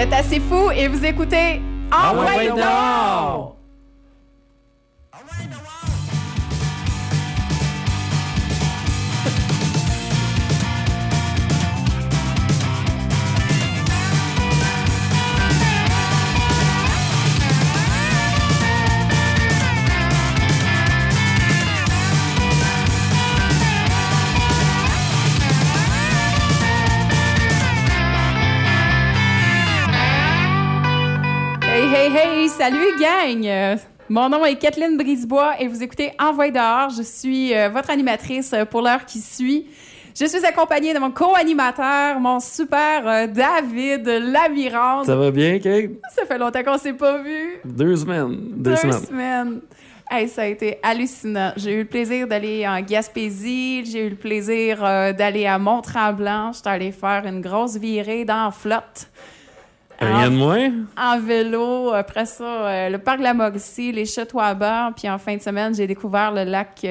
êtes assez fous et vous écoutez Envoyez donc! Hey, salut gang! Mon nom est Kathleen Brisebois et vous écoutez Envoyez dehors. Je suis votre animatrice pour l'heure qui suit. Je suis accompagnée de mon co-animateur, mon super David Lamirande. Ça va bien, Kate? Ça fait longtemps qu'on s'est pas vu. 2 semaines. 2 semaines. Hey, ça a été hallucinant. J'ai eu le plaisir d'aller en Gaspésie. J'ai eu le plaisir d'aller à Mont-Tremblant. J'étais allée faire une grosse virée dans la flotte. Rien de moins? En vélo. Après ça, le parc de la Mauricie, les Châteaux-Aubert. Puis en fin de semaine, j'ai découvert le lac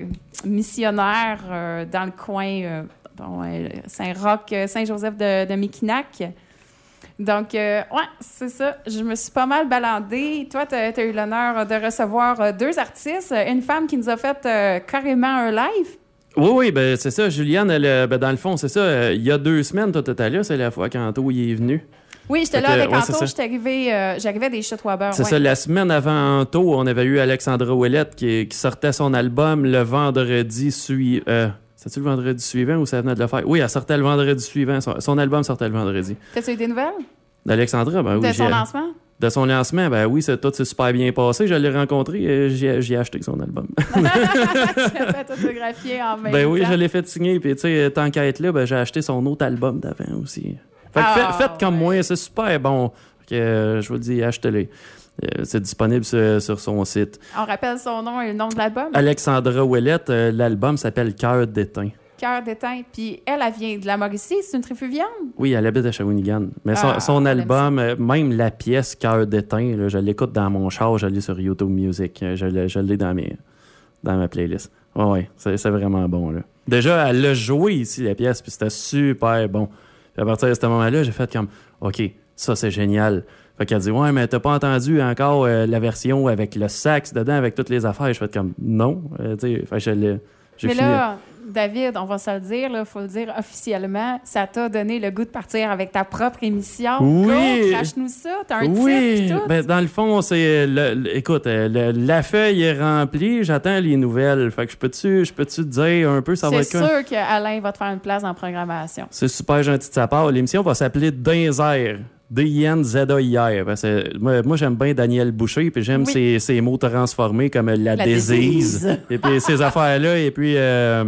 Missionnaire dans le coin Saint-Roch, Saint-Joseph de Miquinac. Donc, ouais, c'est ça. Je me suis pas mal baladée. Toi, tu as eu l'honneur de recevoir 2 artistes. Une femme qui nous a fait carrément un live. Oui, ben c'est ça. Juliane, elle, dans le fond, c'est ça. Il y a 2 semaines, toi, t'étais là. C'est la fois qu'Anto y est venu. Oui, j'étais là avec Anto. J'arrivais des Châteaux-Aubert. C'est ça. La semaine avant Anto, on avait eu Alexandra Ouellette qui sortait son album le vendredi suivant. C'est-tu le vendredi suivant ou ça venait de le faire? Oui, elle sortait le vendredi suivant. Son album sortait le vendredi. T'as-tu eu des nouvelles? D'Alexandra, ben oui. De son lancement? De son lancement, ben oui, tout s'est super bien passé. Je l'ai rencontré et j'ai acheté son album. Tu l'as fait autographier en même temps. Ben oui, je l'ai fait signer. Puis, tu sais, tant qu'à être là, ben, j'ai acheté son autre album d'avant aussi. Fait que faites comme moi, c'est super bon. Je vous le dis, achetez-le. C'est disponible sur son site. On rappelle son nom et le nom de l'album? Alexandra Ouellette. L'album s'appelle Cœur d'étain. Cœur d'étain. Puis elle vient de la Mauricie. C'est une Tréfuvienne? Oui, elle habite à Shawinigan. Mais son album, même la pièce Cœur d'étain, là, je l'écoute dans mon char, je l'ai sur YouTube Music. Je l'ai dans ma playlist. Oui, c'est vraiment bon. Là. Déjà, elle l'a joué ici, la pièce, puis c'était super bon. Puis à partir de ce moment-là, j'ai fait comme, OK, ça c'est génial. Fait qu'elle dit, ouais, mais t'as pas entendu encore la version avec le sax dedans, avec toutes les affaires. Je fais comme, non. Tu sais, j'ai mais là, David, on va se le dire, il faut le dire officiellement, ça t'a donné le goût de partir avec ta propre émission. Oui! Go, crache-nous ça, t'as un titre et tout. Ben, dans le fond, c'est... écoute, la feuille est remplie, j'attends les nouvelles. Fait que je peux-tu te dire un peu, ça va être... C'est sûr qu'Alain va te faire une place en programmation. C'est super gentil de sa part. L'émission va s'appeler Dinzer. D-I-N-Z-A-I-R. Moi, j'aime bien Daniel Boucher, puis j'aime ses mots transformés comme la désise. Et puis ces affaires-là, et puis...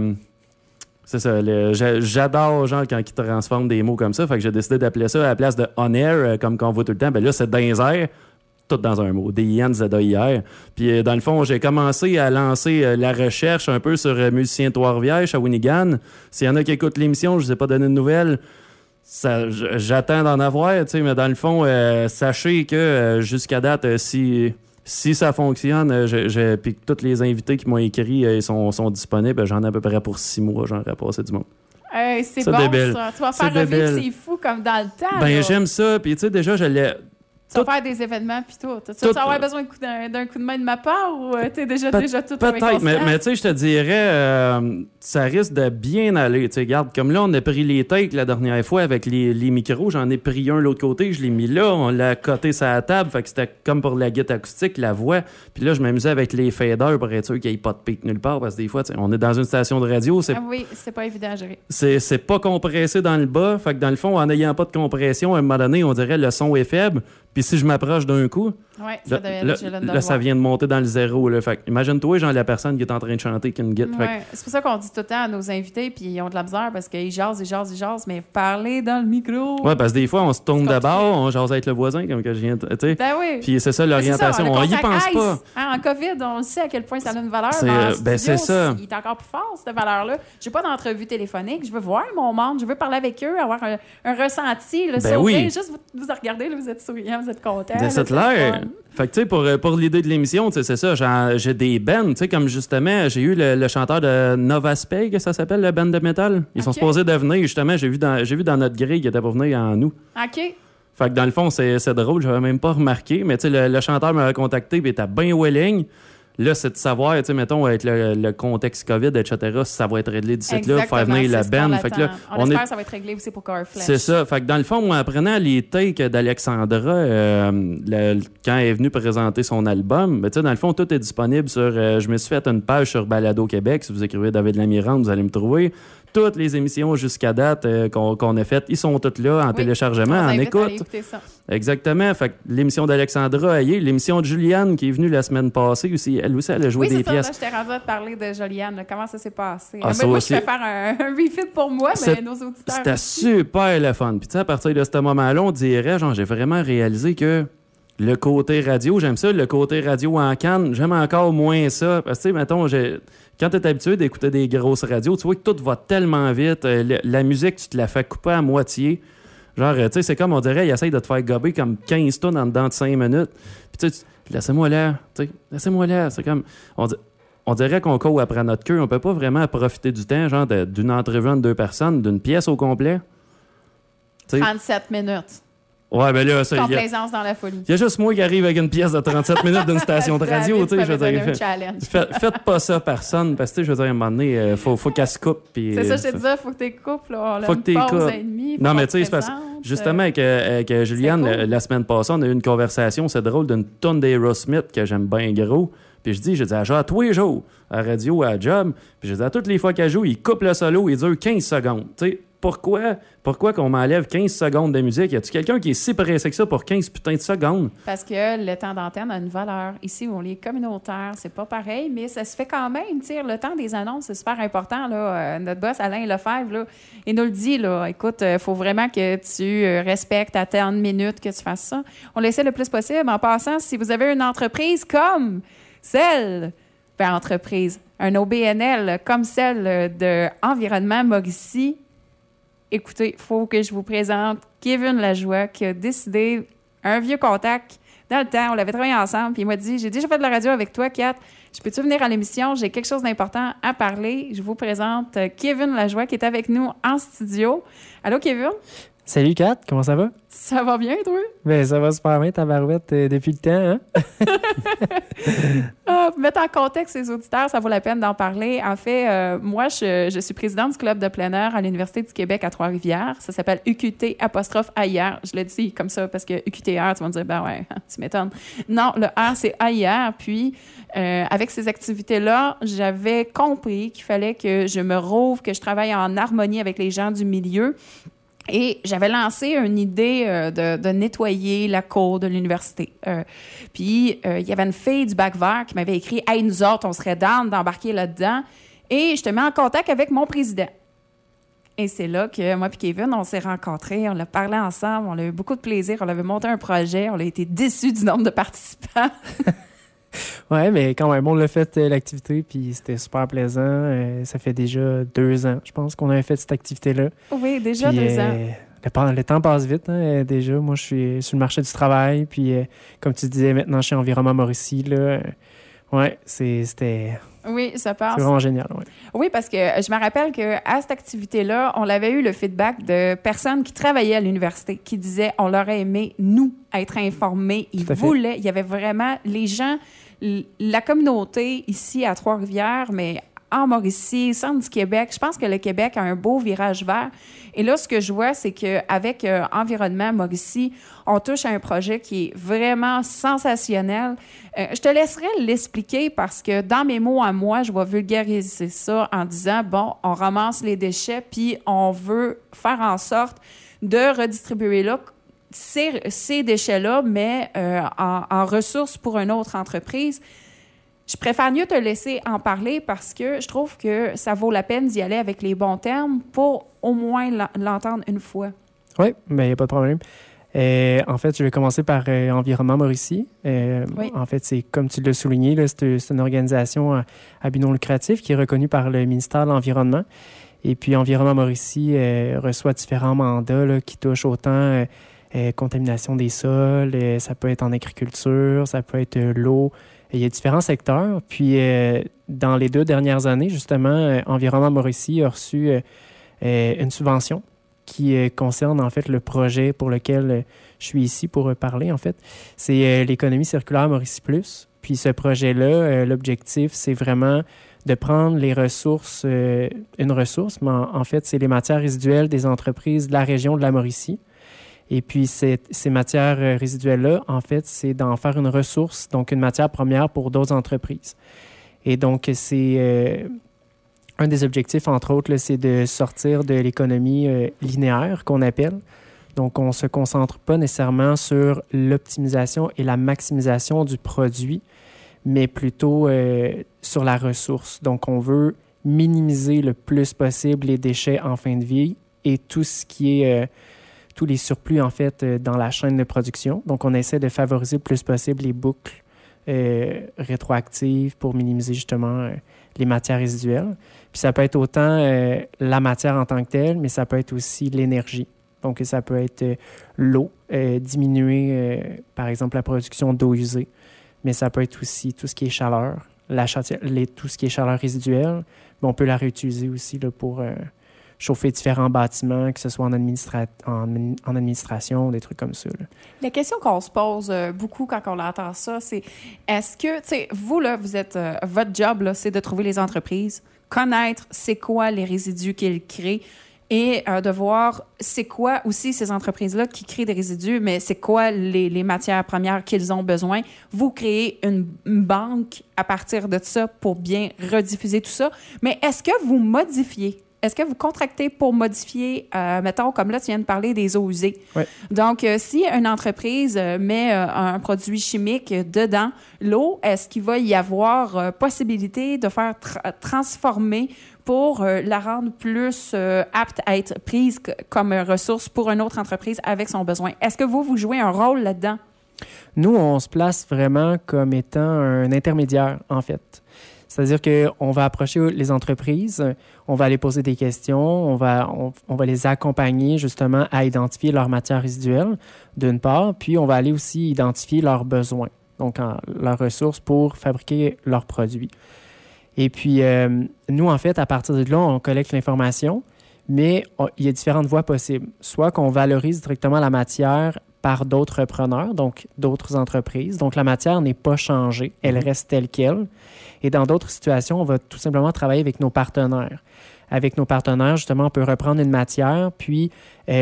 c'est ça. J'adore, genre, quand ils transforment des mots comme ça. Fait que j'ai décidé d'appeler ça à la place de On Air, comme qu'on voit tout le temps. Ben là, c'est Dinzer, tout dans un mot. D-I-N-Z-A-I-R. Puis dans le fond, j'ai commencé à lancer la recherche un peu sur Musiciens de Trois-Rivières, Shawinigan. S'il y en a qui écoutent l'émission, je ne vous ai pas donné de nouvelles. J'attends d'en avoir, tu sais, mais dans le fond, sachez que jusqu'à date, si ça fonctionne, puis que tous les invités qui m'ont écrit sont disponibles, j'en ai à peu près pour 6 mois, j'en ai passé du monde. C'est bon, débile. Ça. Tu vas faire revivre C'est fou comme dans le temps. Ben, là. J'aime ça, puis tu sais, déjà, je l'ai... Tu vas faire des événements, puis tout. Tu vas avoir besoin d'un coup de main de ma part ou t'es déjà tout peut-être, mais tu sais, je te dirais, ça risque de bien aller. Tu sais, regarde, comme là, on a pris les takes la dernière fois avec les micros. J'en ai pris un de l'autre côté, je l'ai mis là, on l'a coté sur la table. Fait que c'était comme pour la guitare acoustique, la voix. Puis là, je m'amusais avec les faders pour être sûr qu'il n'y ait pas de pic nulle part. Parce que des fois, on est dans une station de radio. Oui, c'est pas évident à gérer. C'est pas compressé dans le bas. Fait que dans le fond, en n'ayant pas de compression, à un moment donné, on dirait le son est faible. Puis si je m'approche d'un coup, là, ça vient de monter dans le zéro. Là. Fait imagine-toi, genre, la personne qui est en train de chanter qui a une guitare. Ouais. C'est pour ça qu'on dit tout le temps à nos invités, puis ils ont de la misère parce qu'ils jasent, mais parler dans le micro. Oui, parce que des fois, on se tourne de bord, on jase avec le voisin, comme que je viens de... Ben oui. Puis c'est ça, l'orientation. On y pense pas. En COVID, on sait à quel point ça a une valeur. C'est ça. Il est encore plus fort, cette valeur-là. J'ai pas d'entrevue téléphonique. Je veux voir mon monde. Je veux parler avec eux, avoir un ressenti. Oui. Juste vous regardez, là, vous êtes souriant, vous êtes content. C'est clair. Fait que, tu sais, pour l'idée de l'émission, c'est ça, j'ai des bands, tu sais, comme justement, j'ai eu le chanteur de Nova Spey, que ça s'appelle, le band de métal. Ils sont supposés de venir, justement, j'ai vu dans notre grille qu'ils étaient pour venir en nous. OK. Fait que dans le fond, c'est drôle, j'avais même pas remarqué, mais tu sais, le chanteur m'a contacté, puis il était bien willing. Là, c'est de savoir, tu sais, mettons, avec le contexte COVID, etc., si ça va être réglé d'ici là, faire venir la band. Fait que là, on espère que ça va être réglé aussi pour Corflesh. C'est ça. Fait que dans le fond, moi, en prenant les takes d'Alexandra, quand elle est venue présenter son album, ben, tu sais, dans le fond, tout est disponible sur... je me suis fait une page sur Balado Québec. Si vous écrivez David Lamirande, vous allez me trouver. Toutes les émissions jusqu'à date qu'on a faites, ils sont toutes là en téléchargement, en écoute. Ça. Exactement. Fait que l'émission d'Alexandra, l'émission de Juliane qui est venue la semaine passée aussi, elle a joué des pièces. Oui, c'est ça, je t'ai rendu à te parler de Juliane. Là, comment ça s'est passé? Ah, moi, je vais faire un refit pour moi, mais nos auditeurs C'était aussi. super le fun. Puis tu sais, à partir de ce moment-là, on dirait, genre, j'ai vraiment réalisé que le côté radio, j'aime ça. Le côté radio en canne, j'aime encore moins ça. Parce que, tu sais, mettons, quand tu es habitué d'écouter des grosses radios, tu vois que tout va tellement vite. La musique, tu te la fais couper à moitié. Genre, tu sais, c'est comme, on dirait, il essaye de te faire gober comme 15 tonnes en dedans de 5 minutes. Puis tu sais, laissez-moi là. Tu sais, laissez-moi là. C'est comme... On dirait qu'on court après notre queue. On peut pas vraiment profiter du temps, genre, d'une entrevue entre 2 personnes, d'une pièce au complet. T'sais, 37 minutes. Ouais, ben là, ça. Complaisance dans la folie. Il y a juste moi qui arrive avec une pièce de 37 minutes d'une station de radio, tu sais. Je veux dire, faites pas ça, personne, parce que, je veux dire, à un moment donné, faut qu'elle se coupe. C'est ça, je te disais, faut que tu coupes, là. Faut que tu coupes. Non, mais tu sais, c'est parce justement, avec Juliane, cool. La semaine passée, on a eu une conversation, c'est drôle, d'une tonne d'Aerosmith que j'aime bien gros. Puis je dis, elle joue à tous les jours, à la radio, à la job. Puis je dis, à toutes les fois qu'elle joue, il coupe le solo, il dure 15 secondes. Tu sais, pourquoi qu'on m'enlève 15 secondes de musique? Y a-tu quelqu'un qui est si pressé que ça pour 15 putains de secondes? Parce que le temps d'antenne a une valeur. Ici, où on est communautaire, c'est pas pareil, mais ça se fait quand même. T'sais, le temps des annonces, c'est super important. Là. Notre boss, Alain Lefebvre, là, il nous le dit. Là, écoute, il faut vraiment que tu respectes à telle minute que tu fasses ça. On l'essaie le plus possible. En passant, si vous avez une entreprise comme celle... un OBNL comme celle de Environnement Mauricie, écoutez, il faut que je vous présente Kevin Lajoie qui a décidé, un vieux contact, dans le temps, on l'avait travaillé ensemble, puis il m'a dit, j'ai déjà fait de la radio avec toi, Kat, je peux-tu venir à l'émission? J'ai quelque chose d'important à parler. Je vous présente Kevin Lajoie qui est avec nous en studio. Allô, Kevin? Salut, Kat, comment ça va? Ça va bien, toi? Ben, ça va super bien, ta barouette, depuis le temps, hein? Pour mettre en contexte les auditeurs, ça vaut la peine d'en parler. En fait, moi, je suis présidente du club de plein air à l'Université du Québec à Trois-Rivières. Ça s'appelle UQT'-AIR. Je le dis comme ça parce que UQTR, tu vas me dire, ben ouais, tu m'étonnes. Non, le R, c'est AIR. Puis, avec ces activités-là, j'avais compris qu'il fallait que je me rouvre, que je travaille en harmonie avec les gens du milieu. Et j'avais lancé une idée de nettoyer la cour de l'université. Puis, il y avait une fille du bac vert qui m'avait écrit « Hey, nous autres, on serait down d'embarquer là-dedans. » Et je te mets en contact avec mon président. Et c'est là que moi et Kevin, on s'est rencontrés, on a parlé ensemble, on a eu beaucoup de plaisir, on avait monté un projet, on a été déçus du nombre de participants. Ouais, mais quand même, on l'a fait l'activité, puis c'était super plaisant. Ça fait déjà 2 ans, je pense, qu'on avait fait cette activité-là. Oui, déjà puis, 2 ans. Le temps passe vite, hein, déjà. Moi, je suis sur le marché du travail, puis comme tu disais, maintenant, je suis Environnement Mauricie, là. Ouais, c'était... Oui, ça passe. C'est vraiment génial, oui. Oui, parce que je me rappelle qu'à cette activité-là, on avait eu le feedback de personnes qui travaillaient à l'université, qui disaient on leur aurait aimé, nous, être informés. Ils voulaient, il y avait vraiment les gens, la communauté ici à Trois-Rivières, mais en Mauricie, centre du Québec. Je pense que le Québec a un beau virage vert. Et là, ce que je vois, c'est qu'avec Environnement Mauricie, on touche à un projet qui est vraiment sensationnel. Je te laisserai l'expliquer parce que dans mes mots à moi, je vais vulgariser ça en disant, bon, on ramasse les déchets puis on veut faire en sorte de redistribuer là ces déchets-là, mais en ressources pour une autre entreprise. Je préfère mieux te laisser en parler parce que je trouve que ça vaut la peine d'y aller avec les bons termes pour au moins l'entendre une fois. Oui, mais il n'y a pas de problème. En fait, je vais commencer par Environnement Mauricie. Oui. En fait, c'est comme tu l'as souligné, là, c'est une organisation à but non lucratif qui est reconnue par le ministère de l'Environnement. Et puis, Environnement Mauricie reçoit différents mandats là, qui touchent autant contamination des sols, ça peut être en agriculture, ça peut être l'eau. Il y a différents secteurs. Puis, dans les 2 dernières années, justement, Environnement Mauricie a reçu une subvention qui concerne en fait le projet pour lequel je suis ici pour parler en fait. C'est l'économie circulaire Mauricie Plus. Puis ce projet-là, l'objectif, c'est vraiment de prendre les ressources, une ressource, mais en fait, c'est les matières résiduelles des entreprises de la région de la Mauricie. Et puis, ces matières résiduelles-là, en fait, c'est d'en faire une ressource, donc une matière première pour d'autres entreprises. Et donc, c'est un des objectifs, entre autres, là, c'est de sortir de l'économie linéaire qu'on appelle. Donc, on ne se concentre pas nécessairement sur l'optimisation et la maximisation du produit, mais plutôt sur la ressource. Donc, on veut minimiser le plus possible les déchets en fin de vie et tout ce qui est tous les surplus, en fait, dans la chaîne de production. Donc, on essaie de favoriser le plus possible les boucles rétroactives pour minimiser justement les matières résiduelles. Puis, ça peut être autant la matière en tant que telle, mais ça peut être aussi l'énergie. Donc, ça peut être l'eau, diminuer, par exemple, la production d'eau usée. Mais ça peut être aussi tout ce qui est chaleur, tout ce qui est chaleur résiduelle. Mais on peut la réutiliser aussi là, pour chauffer différents bâtiments, que ce soit en administration, des trucs comme ça. Là. La question qu'on se pose beaucoup quand on entend ça, c'est est-ce que, tu sais, vous, là, vous êtes, votre job, là, c'est de trouver les entreprises, connaître c'est quoi les résidus qu'ils créent, et de voir c'est quoi aussi ces entreprises-là qui créent des résidus, mais c'est quoi les matières premières qu'ils ont besoin. Vous créez une banque à partir de ça pour bien rediffuser tout ça. Mais est-ce que vous modifiez? Est-ce que vous contractez pour modifier, mettons, comme là, tu viens de parler des eaux usées. Oui. Donc, si une entreprise met un produit chimique dedans l'eau, est-ce qu'il va y avoir possibilité de faire transformer pour la rendre plus apte à être prise comme ressource pour une autre entreprise avec son besoin? Est-ce que vous jouez un rôle là-dedans? Nous, on se place vraiment comme étant un intermédiaire, en fait. C'est-à-dire qu'on va approcher les entreprises, on va aller poser des questions, on va les accompagner justement à identifier leurs matières résiduelles, d'une part, puis on va aller aussi identifier leurs besoins, donc leurs ressources pour fabriquer leurs produits. Et puis, nous, en fait, à partir de là, on collecte l'information, mais il y a différentes voies possibles. Soit qu'on valorise directement la matière par d'autres repreneurs, donc d'autres entreprises. Donc, la matière n'est pas changée, elle reste telle qu'elle. Et dans d'autres situations, on va tout simplement travailler avec nos partenaires. Avec nos partenaires, justement, on peut reprendre une matière, puis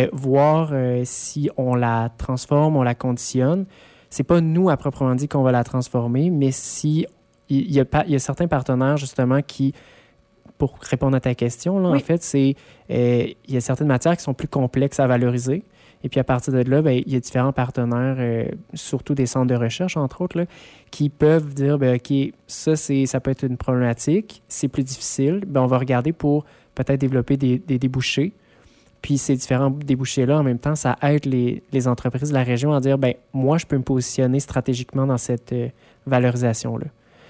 voir si on la transforme, on la conditionne. C'est pas nous, à proprement dit, qu'on va la transformer, mais si il y a certains partenaires, justement, qui, pour répondre à ta question, là, oui. En fait, c'est il y a certaines matières qui sont plus complexes à valoriser. Et puis, à partir de là, bien, il y a différents partenaires, surtout des centres de recherche, entre autres, là, qui peuvent dire, bien, OK, ça peut être une problématique, c'est plus difficile. Bien, on va regarder pour peut-être développer des débouchés. Puis, ces différents débouchés-là, en même temps, ça aide les entreprises de la région à dire, bien, moi, je peux me positionner stratégiquement dans cette valorisation-là.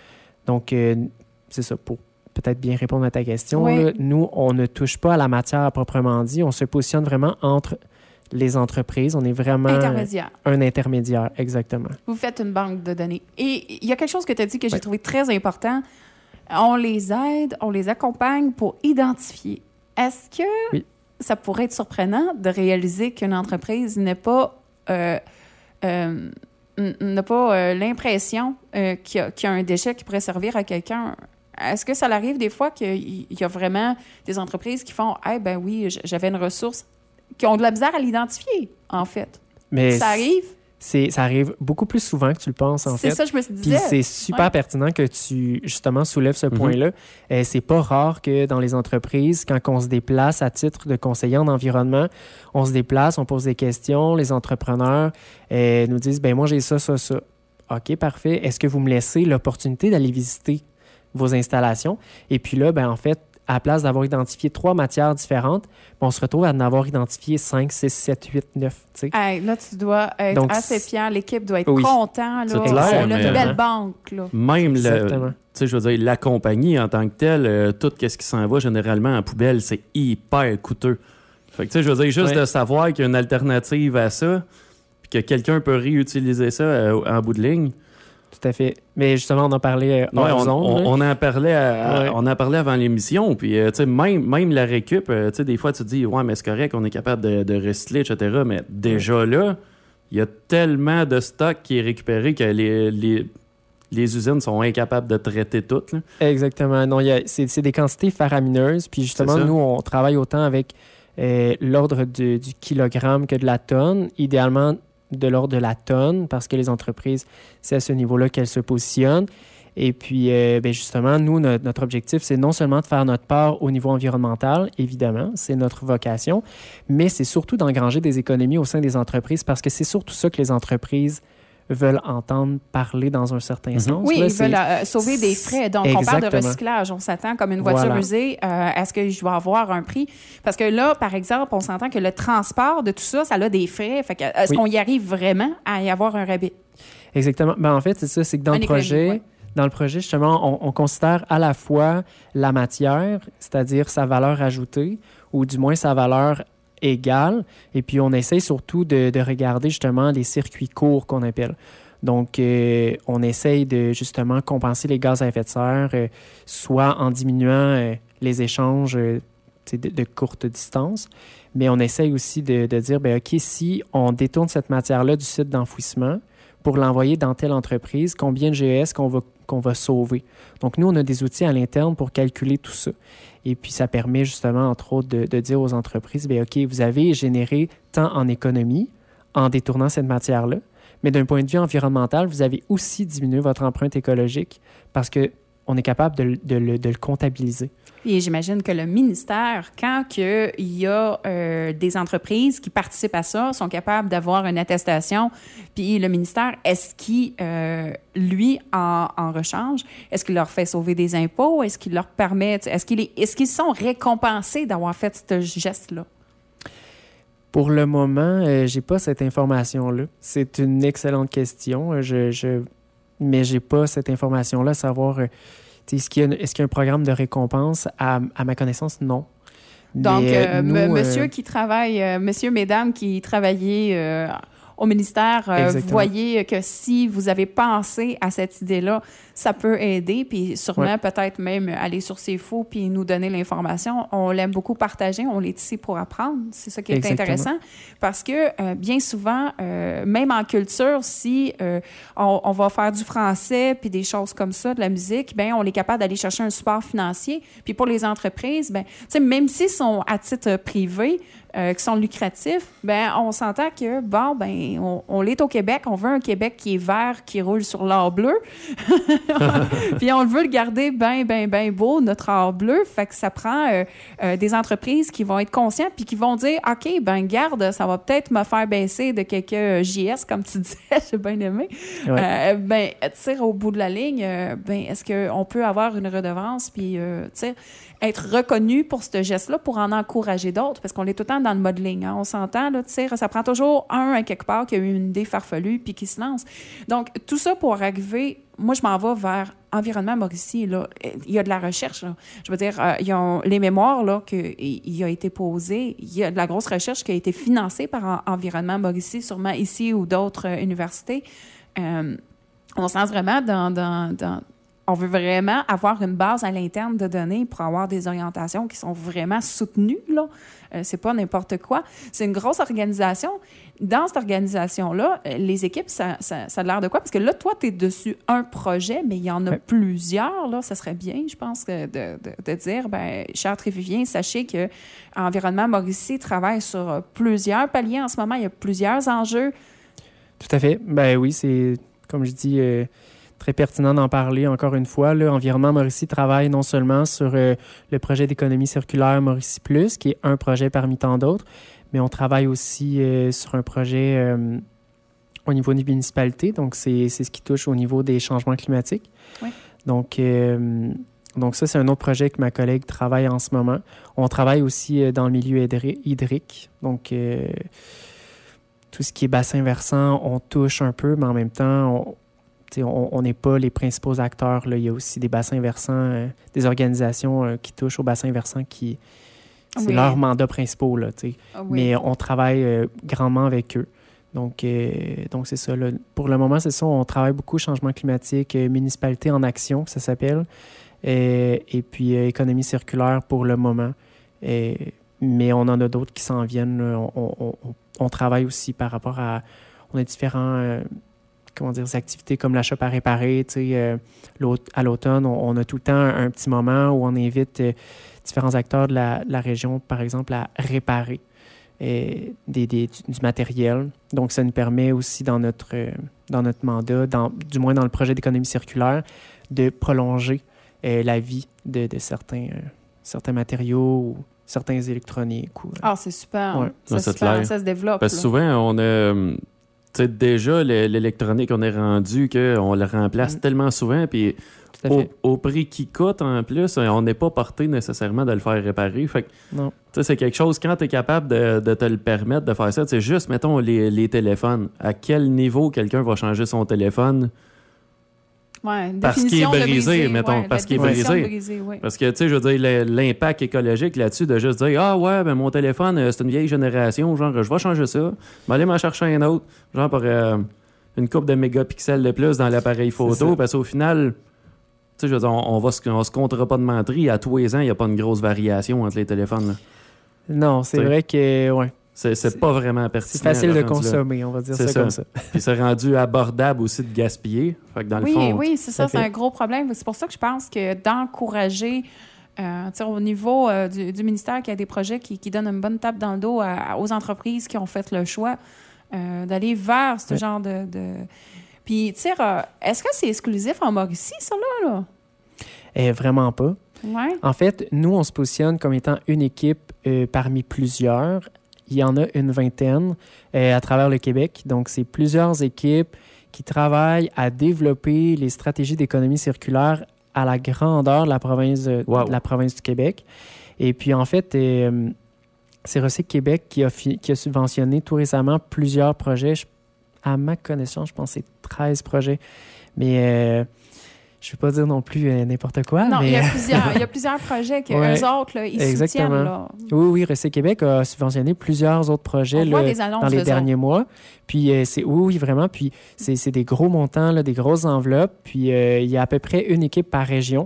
Donc, c'est ça, pour peut-être bien répondre à ta question. Oui. Là, nous, on ne touche pas à la matière à proprement dit. On se positionne vraiment entre les entreprises. On est vraiment un intermédiaire, exactement. Vous faites une banque de données. Et il y a quelque chose que tu as dit que j'ai trouvé très important. On les aide, on les accompagne pour identifier. Est-ce que ça pourrait être surprenant de réaliser qu'une entreprise n'a pas l'impression qu'il y a un déchet qui pourrait servir à quelqu'un? Est-ce que ça arrive des fois qu'il y a vraiment des entreprises qui font « Ah, ben oui, j'avais une ressource », qui ont de la misère à l'identifier, en fait? Mais ça arrive? Ça arrive beaucoup plus souvent que tu le penses, en fait. C'est ça, je me suis dit. Puis c'est super pertinent que tu, justement, soulèves ce point-là. C'est pas rare que dans les entreprises, quand on se déplace à titre de conseiller en environnement, on se déplace, on pose des questions, les entrepreneurs nous disent « ben moi, j'ai ça, ça, ça. » OK, parfait. Est-ce que vous me laissez l'opportunité d'aller visiter vos installations? Et puis là, ben en fait, à la place d'avoir identifié 3 matières différentes, on se retrouve à en avoir identifié 5, 6, 7, 8, 9. Hey, là, tu dois être donc, assez fier. L'équipe doit être content. Là. On a une belle banque. Là. Même je veux dire, la compagnie en tant que telle, tout ce qui s'en va généralement en poubelle, c'est hyper coûteux. Fait que, je veux dire, juste de savoir qu'il y a une alternative à ça, puis que quelqu'un peut réutiliser ça en bout de ligne, Tout à fait. Mais justement, on en parlait on en parlait on en parlait avant l'émission. Puis, tu sais, même la récup, tu sais, des fois, tu te dis, ouais, mais c'est correct, on est capable de recycler, etc. Mais déjà là, il y a tellement de stock qui est récupéré que les usines sont incapables de traiter tout. Là. Exactement. Non, c'est des quantités faramineuses. Puis justement, nous, on travaille autant avec l'ordre du kilogramme que de la tonne. Idéalement, de l'ordre de la tonne, parce que les entreprises, c'est à ce niveau-là qu'elles se positionnent. Et puis, justement, nous, notre objectif, c'est non seulement de faire notre part au niveau environnemental, évidemment, c'est notre vocation, mais c'est surtout d'engranger des économies au sein des entreprises, parce que c'est surtout ça que les entreprises veulent entendre parler dans un certain sens. Oui, là, ils veulent sauver des frais. Donc, on parle de recyclage. On s'attend comme une voiture usée. Est-ce que je dois avoir un prix? Parce que là, par exemple, on s'entend que le transport de tout ça, ça a des frais. Fait que, est-ce qu'on y arrive vraiment à y avoir un rabais? Exactement. Ben, en fait, c'est ça. C'est que dans le projet... Dans le projet, justement, on considère à la fois la matière, c'est-à-dire sa valeur ajoutée, ou du moins sa valeur égale, et puis on essaye surtout de regarder justement les circuits courts qu'on appelle. Donc, on essaye de justement compenser les gaz à effet de serre, soit en diminuant les échanges de courte distance, mais on essaye aussi de dire, bien, OK, si on détourne cette matière-là du site d'enfouissement pour l'envoyer dans telle entreprise, combien de GES qu'on va sauver. Donc, nous, on a des outils à l'interne pour calculer tout ça. Et puis, ça permet justement, entre autres, de dire aux entreprises, bien, OK, vous avez généré tant en économie en détournant cette matière-là, mais d'un point de vue environnemental, vous avez aussi diminué votre empreinte écologique parce qu'on est capable de le comptabiliser. Et j'imagine que le ministère, quand il y a des entreprises qui participent à ça, sont capables d'avoir une attestation, puis le ministère, est-ce qu'il, lui, en rechange, est-ce qu'il leur fait sauver des impôts? Est-ce qu'il leur permet, est-ce qu'ils sont récompensés d'avoir fait ce geste-là? Pour le moment, j'ai pas cette information-là. C'est une excellente question, mais j'ai pas cette information-là, savoir... Est-ce qu'il y a un programme de récompense? À ma connaissance, non. Donc, monsieur, mesdames qui travaillaient au ministère, voyez que si vous avez pensé à cette idée-là, ça peut aider, puis sûrement peut-être même aller sur ses faux puis nous donner l'information. On l'aime beaucoup partager, on est ici pour apprendre. C'est ça qui est intéressant, parce que bien souvent, même en culture, si on va faire du français puis des choses comme ça, de la musique, bien, on est capable d'aller chercher un support financier. Puis pour les entreprises, bien, tu sais, même s'ils sont à titre privé, qui sont lucratifs, ben on s'entend que, bon, ben on l'est au Québec, on veut un Québec qui est vert, qui roule sur l'or bleu, puis on veut le garder bien beau, notre or bleu, fait que ça prend des entreprises qui vont être conscientes puis qui vont dire, OK, ben garde, ça va peut-être me faire baisser de quelques JS, comme tu disais, j'ai bien aimé. Ouais. Ben, tire au bout de la ligne, ben est-ce qu'on peut avoir une redevance, puis, tu sais, être reconnu pour ce geste-là, pour en encourager d'autres, parce qu'on est tout le temps dans le modeling. Hein? On s'entend, là, tu sais, ça prend toujours un à quelque part qui a eu une idée farfelue puis qui se lance. Donc, tout ça pour arriver... Moi, je m'en vais vers Environnement Mauricie. Là. Il y a de la recherche. Là. Je veux dire, les mémoires là, qu'il a été posées, il y a de la grosse recherche qui a été financée par Environnement Mauricie, sûrement ici ou d'autres universités. On se lance vraiment dans on veut vraiment avoir une base à l'interne de données pour avoir des orientations qui sont vraiment soutenues, là. C'est pas n'importe quoi. C'est une grosse organisation. Dans cette organisation-là, les équipes, ça a l'air de quoi? Parce que là, toi, tu es dessus un projet, mais il y en a plusieurs, là. Ça serait bien, je pense, de dire, bien, chers Tréviviens, sachez que Environnement Mauricie travaille sur plusieurs paliers en ce moment. Il y a plusieurs enjeux. Tout à fait. Ben oui, c'est, comme je dis... très pertinent d'en parler encore une fois. Là, Environnement Mauricie travaille non seulement sur le projet d'économie circulaire Mauricie Plus, qui est un projet parmi tant d'autres, mais on travaille aussi sur un projet au niveau des municipalités. Donc, c'est ce qui touche au niveau des changements climatiques. Oui. Donc ça, c'est un autre projet que ma collègue travaille en ce moment. On travaille aussi dans le milieu hydrique. Donc, tout ce qui est bassin versant, on touche un peu, mais en même temps, on n'est pas les principaux acteurs. Là. Il y a aussi des bassins versants, des organisations qui touchent aux bassins versants c'est leurs mandats principaux. Là, mais on travaille grandement avec eux. Donc c'est ça. Là. Pour le moment, c'est ça. On travaille beaucoup changement climatique, municipalité en action, ça s'appelle. Et puis économie circulaire pour le moment. Mais on en a d'autres qui s'en viennent. On travaille aussi par rapport à... On a différents activités comme l'achat par réparer. À l'automne, on a tout le temps un petit moment où on invite différents acteurs de la région, par exemple, à réparer du matériel. Donc, ça nous permet aussi dans notre mandat, du moins dans le projet d'économie circulaire, de prolonger la vie de certains matériaux ou certains électroniques. C'est super. Ouais. C'est super. Ça se développe. Parce que souvent, on a... déjà, l'électronique, on est rendu qu'on le remplace tellement souvent, puis au prix qui coûte en plus, on n'est pas porté nécessairement de le faire réparer. Fait que, non. C'est quelque chose, quand tu es capable de te le permettre de faire ça, c'est juste, mettons, les téléphones. À quel niveau quelqu'un va changer son téléphone? Parce qu'il est brisé, mettons. Parce qu'il est brisé. Parce que, je veux dire, l'impact écologique là-dessus, de juste dire, mon téléphone, c'est une vieille génération, genre, je vais changer ça, je vais aller m'en chercher un autre, genre, pour une couple de mégapixels de plus dans l'appareil photo, parce qu'au final, je veux dire, on se comptera pas de menterie. À tous les ans, il n'y a pas une grosse variation entre les téléphones. Là. Non, c'est vrai que, C'est pas vraiment pertinent. C'est facile de consommer, on va dire ça comme ça. Puis c'est rendu abordable aussi de gaspiller. Fait que dans le fond, oui, c'est ça. C'est un gros problème. C'est pour ça que je pense que d'encourager au niveau du ministère qui a des projets qui donnent une bonne tape dans le dos aux entreprises qui ont fait le choix d'aller vers ce genre de... Puis, est-ce que c'est exclusif en Mauricie, ça, là? Vraiment pas. Ouais. En fait, nous, on se positionne comme étant une équipe parmi plusieurs. Il y en a une vingtaine à travers le Québec. Donc, c'est plusieurs équipes qui travaillent à développer les stratégies d'économie circulaire à la grandeur de la province, de la province du Québec. Et puis, en fait, c'est Recycle Québec qui a subventionné tout récemment plusieurs projets. À ma connaissance, je pense que c'est 13 projets. Mais je ne vais pas dire non plus n'importe quoi. Non, mais... il y a plusieurs projets qu'eux autres, là, ils soutiennent. Là. Oui, Recycle Québec a subventionné plusieurs autres projets dans les derniers mois. Puis, vraiment. Puis, c'est des gros montants, là, des grosses enveloppes. Puis, il y a à peu près une équipe par région.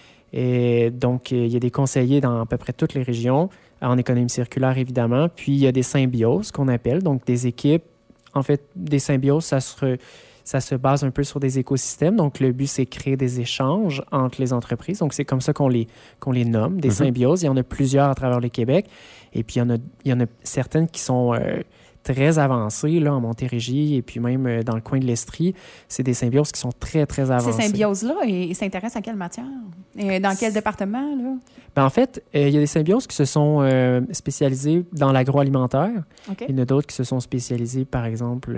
Et donc, il y a des conseillers dans à peu près toutes les régions, en économie circulaire, évidemment. Puis, il y a des symbioses qu'on appelle, donc des équipes. En fait, des symbioses, ça se base un peu sur des écosystèmes. Donc, le but, c'est créer des échanges entre les entreprises. Donc, c'est comme ça qu'on les nomme, des symbioses. Il y en a plusieurs à travers le Québec. Et puis, il y en a certaines qui sont très avancées, là, en Montérégie et puis même dans le coin de l'Estrie. C'est des symbioses qui sont très, très avancées. Ces symbioses-là, ils s'intéressent à quelle matière? Et dans quel département, là? En fait, il y a des symbioses qui se sont spécialisées dans l'agroalimentaire. Okay. Il y en a d'autres qui se sont spécialisées, par exemple...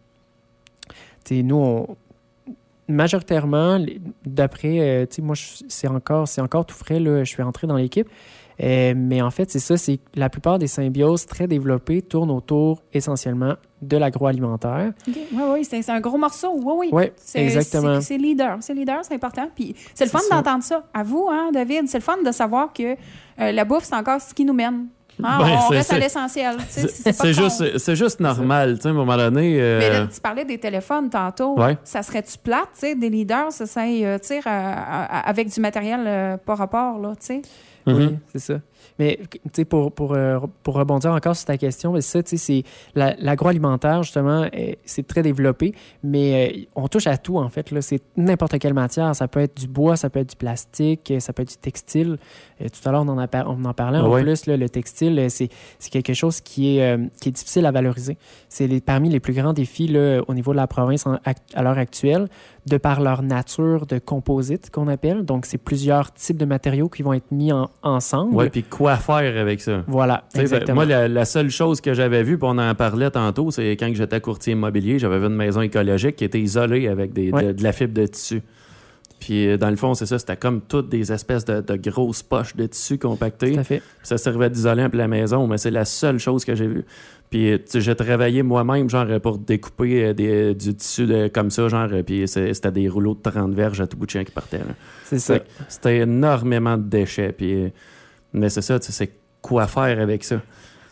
nous, majoritairement, d'après, moi, c'est encore tout frais, là, je suis rentré dans l'équipe, mais en fait, c'est ça, c'est la plupart des symbioses très développées tournent autour essentiellement de l'agroalimentaire. Okay. Oui, c'est un gros morceau, oui. Oui, exactement. C'est leader, c'est important, puis c'est le fun d'entendre ça. À vous, David, c'est le fun de savoir que la bouffe, c'est encore ce qui nous mène. On reste à l'essentiel. C'est juste normal, à un moment donné. Mais là, tu parlais des téléphones tantôt. Ouais. Ça serait-tu plate, des leaders, avec du matériel pas rapport, là, tu sais? Oui, c'est ça. Mais pour rebondir encore sur ta question, c'est ça, c'est l'agroalimentaire, justement, c'est très développé, mais on touche à tout, en fait. Là, c'est n'importe quelle matière. Ça peut être du bois, ça peut être du plastique, ça peut être du textile. Tout à l'heure, on en parlait. En plus, là, le textile, c'est quelque chose qui est difficile à valoriser. C'est parmi les plus grands défis là, au niveau de la province à l'heure actuelle, de par leur nature de composite qu'on appelle. Donc, c'est plusieurs types de matériaux qui vont être mis ensemble. Oui, puis quoi faire avec ça? Voilà, exactement. Moi, la seule chose que j'avais vue, puis on en parlait tantôt, c'est quand j'étais courtier immobilier, j'avais vu une maison écologique qui était isolée avec de la fibre de tissu. Puis, dans le fond, c'est ça, c'était comme toutes des espèces de grosses poches de tissu compactées. Tout à fait. Ça servait d'isolant pour la maison, mais c'est la seule chose que j'ai vue. Puis, j'ai travaillé moi-même, genre, pour découper du tissu comme ça, genre, puis c'était des rouleaux de 30 verges à tout bout de champ qui partaient. Là. C'est ça. C'était énormément de déchets, puis... Mais c'est ça, c'est quoi faire avec ça?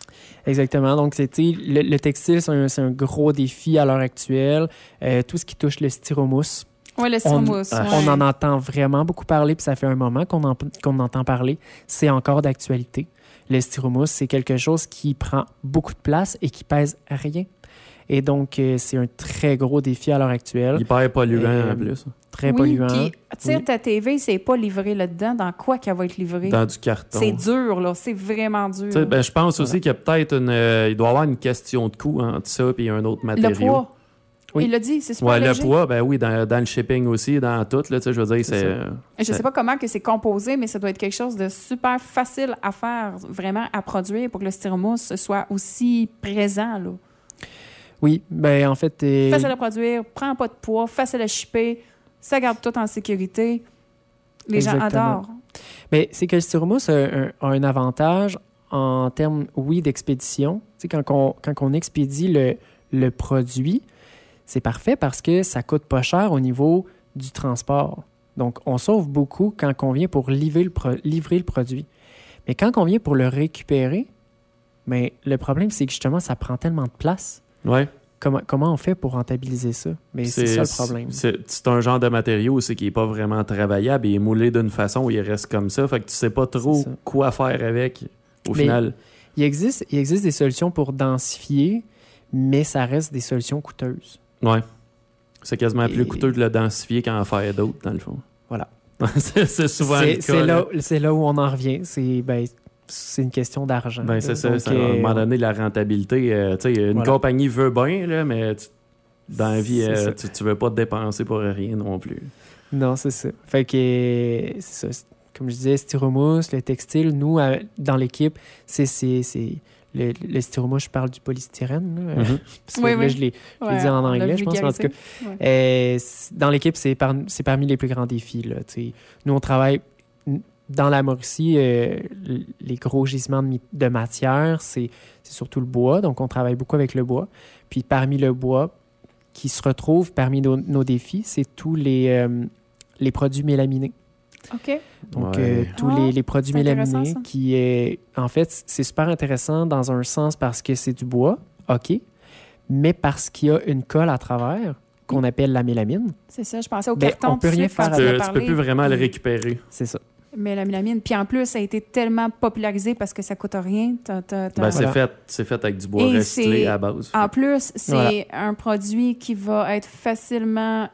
Exactement. Donc, le textile, c'est un gros défi à l'heure actuelle. Tout ce qui touche le styromousse. Oui, le styromousse. On en entend vraiment beaucoup parler, puis ça fait un moment qu'on entend parler. C'est encore d'actualité. Le styromousse, c'est quelque chose qui prend beaucoup de place et qui pèse rien. Et donc, c'est un très gros défi à l'heure actuelle. Hyper polluant en plus. Très polluant. Puis, tu sais, ta TV, c'est pas livré là-dedans. Dans quoi qu'elle va être livrée? Dans du carton. C'est dur, là. C'est vraiment dur. Je pense aussi qu'il y a peut-être il doit y avoir une question de coût entre ça et un autre matériau. Le poids. Oui. Il l'a dit, c'est super léger. Le poids, ben oui, dans le shipping aussi, dans tout, là, je veux dire, Je sais pas comment que c'est composé, mais ça doit être quelque chose de super facile à faire, vraiment à produire pour que le styromousse soit aussi présent, là. Oui, ben en fait... Facile à produire, prend pas de poids, facile à shipper, ça garde tout en sécurité. Les gens adorent. Mais c'est que le styromousse a un avantage en termes, oui, d'expédition. Tu sais, quand on expédie le produit, c'est parfait parce que ça coûte pas cher au niveau du transport. Donc, on sauve beaucoup quand on vient pour livrer le produit. Mais quand on vient pour le récupérer, mais le problème, c'est que justement, ça prend tellement de place. Ouais. Comment on fait pour rentabiliser ça? Mais c'est ça le problème. C'est un genre de matériau aussi qui n'est pas vraiment travaillable. Il est moulé d'une façon où il reste comme ça. Fait que tu sais pas trop quoi faire avec au final. Il existe des solutions pour densifier, mais ça reste des solutions coûteuses. Ouais. C'est quasiment plus coûteux de le densifier qu'en faire d'autres, dans le fond. Voilà. c'est souvent le cas. C'est là où on en revient. C'est une question d'argent. Ben, c'est ça. À un moment donné, la rentabilité, une compagnie veut bien, là, mais dans la vie, tu veux pas te dépenser pour rien non plus. Non, c'est ça. Fait que, c'est ça. Comme je disais, styromousse, le textile, nous, dans l'équipe, c'est le styromousse, je parle du polystyrène. Là, parce que là, je l'ai dit en anglais, je pense. En tout cas, dans l'équipe, c'est parmi les plus grands défis. Là, nous, on travaille dans la Mauricie, les gros gisements de matière, c'est surtout le bois. Donc, on travaille beaucoup avec le bois. Puis, parmi le bois qui se retrouve parmi nos défis, c'est tous les produits mélaminés. OK. Donc, tous les produits mélaminés qui, en fait, c'est super intéressant dans un sens parce que c'est du bois, OK, mais parce qu'il y a une colle à travers qu'on appelle la mélamine. C'est ça, je pensais au carton. On peut rien faire avec. Tu peux plus vraiment le récupérer. C'est ça. Mais la mélamine. Puis en plus, ça a été tellement popularisé parce que ça coûte rien. C'est fait avec du bois recyclé à base. En plus, c'est un produit qui va être facilement,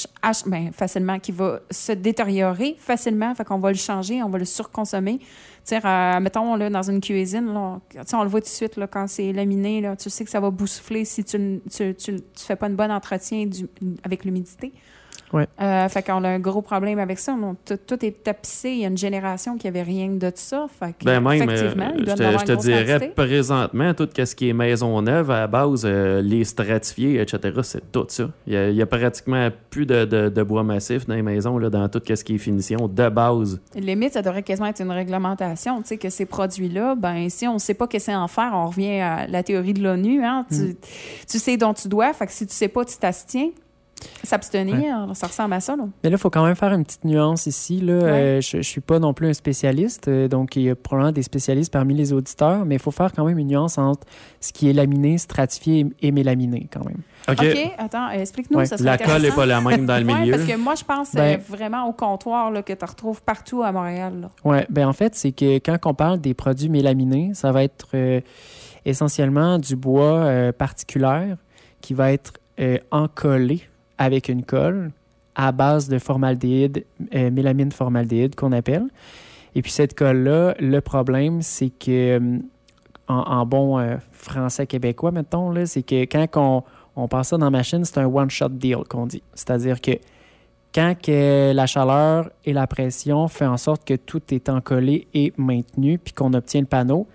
qui va se détériorer facilement. Fait qu'on va le changer, on va le surconsommer. Mettons, là, dans une cuisine, là, on le voit tout de suite, là, quand c'est laminé, là, tu sais que ça va boussoufler si tu fais pas un bon entretien avec l'humidité. Ouais. Fait qu'on a un gros problème avec ça. Tout est tapissé. Il y a une génération qui n'avait rien de ça. Fait que, effectivement, je te dirais, présentement, tout ce qui est maison neuve, à la base, les stratifiés, etc., c'est tout ça. Il y a pratiquement plus de bois massif dans les maisons, là, dans tout ce qui est finition, de base. Limite, ça devrait quasiment être une réglementation, tu sais, que ces produits-là, ben si on ne sait pas qu'est-ce que c'est en faire, on revient à la théorie de l'ONU, hein, tu sais dont tu dois, fait que si tu sais pas, tu t'abstiens. S'abstenir, ça ressemble à ça. Là. Mais là, il faut quand même faire une petite nuance ici. Là. Je ne suis pas non plus un spécialiste, donc il y a probablement des spécialistes parmi les auditeurs, mais il faut faire quand même une nuance entre ce qui est laminé, stratifié et mélaminé quand même. OK, attends, explique-nous. Ça la colle n'est pas la même dans le milieu. Parce que moi, je pense vraiment au comptoir là, que tu retrouves partout à Montréal. Oui, en fait, c'est que quand on parle des produits mélaminés, ça va être essentiellement du bois particulaire qui va être encollé avec une colle à base de formaldéhyde, mélamine formaldéhyde qu'on appelle. Et puis cette colle-là, le problème, c'est que, en bon français québécois, mettons, là, c'est que quand on passe ça dans la machine, c'est un one-shot deal qu'on dit. C'est-à-dire que quand la chaleur et la pression font en sorte que tout est encollé et maintenu, puis qu'on obtient le panneau,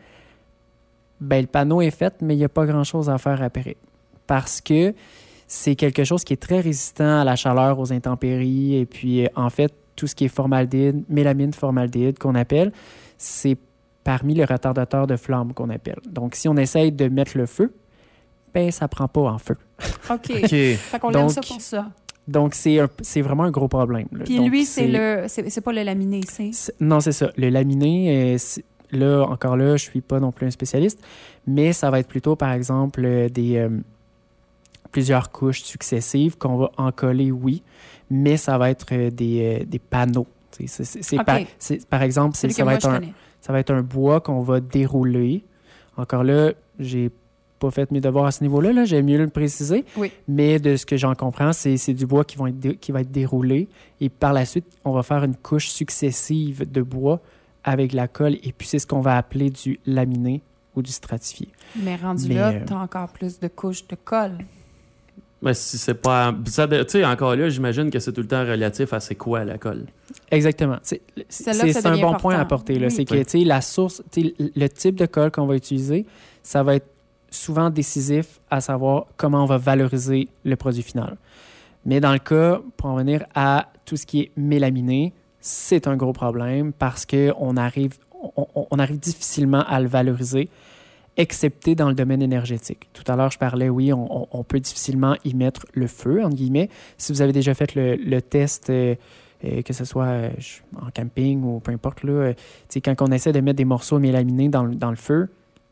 le panneau est fait, mais il n'y a pas grand-chose à faire après. Parce que c'est quelque chose qui est très résistant à la chaleur, aux intempéries. Et puis, en fait, tout ce qui est formaldéhyde, mélamine formaldéhyde qu'on appelle, c'est parmi les retardateurs de flamme qu'on appelle. Donc, si on essaye de mettre le feu, ça ne prend pas en feu. OK. Fait qu'on aime ça pour ça. Donc, c'est vraiment un gros problème. Là. Puis donc, lui, c'est pas le laminé, c'est? Non, c'est ça. Le laminé, là, encore là, je suis pas non plus un spécialiste, mais ça va être plutôt, par exemple, plusieurs couches successives qu'on va encoller, oui, mais ça va être des panneaux. Par exemple, ça va être un bois qu'on va dérouler. Encore là, j'ai pas fait mes devoirs à ce niveau-là, là, j'aime mieux le préciser. Oui. Mais de ce que j'en comprends, c'est du bois qui va être déroulé. Et par la suite, on va faire une couche successive de bois avec la colle. Et puis, c'est ce qu'on va appeler du laminé ou du stratifié. Mais là, tu as encore plus de couches de colle. Mais si c'est pas... Tu sais, encore là, j'imagine que c'est tout le temps relatif à c'est quoi la colle. Exactement. C'est un bon point à apporter. Là. Oui. C'est que la source, le type de colle qu'on va utiliser, ça va être souvent décisif à savoir comment on va valoriser le produit final. Mais dans le cas, pour en venir à tout ce qui est mélaminé, c'est un gros problème parce qu'on arrive difficilement à le valoriser, excepté dans le domaine énergétique. Tout à l'heure, je parlais, oui, on peut difficilement y mettre le feu, entre guillemets. Si vous avez déjà fait le test, que ce soit en camping ou peu importe, là, quand on essaie de mettre des morceaux mélaminés dans le feu,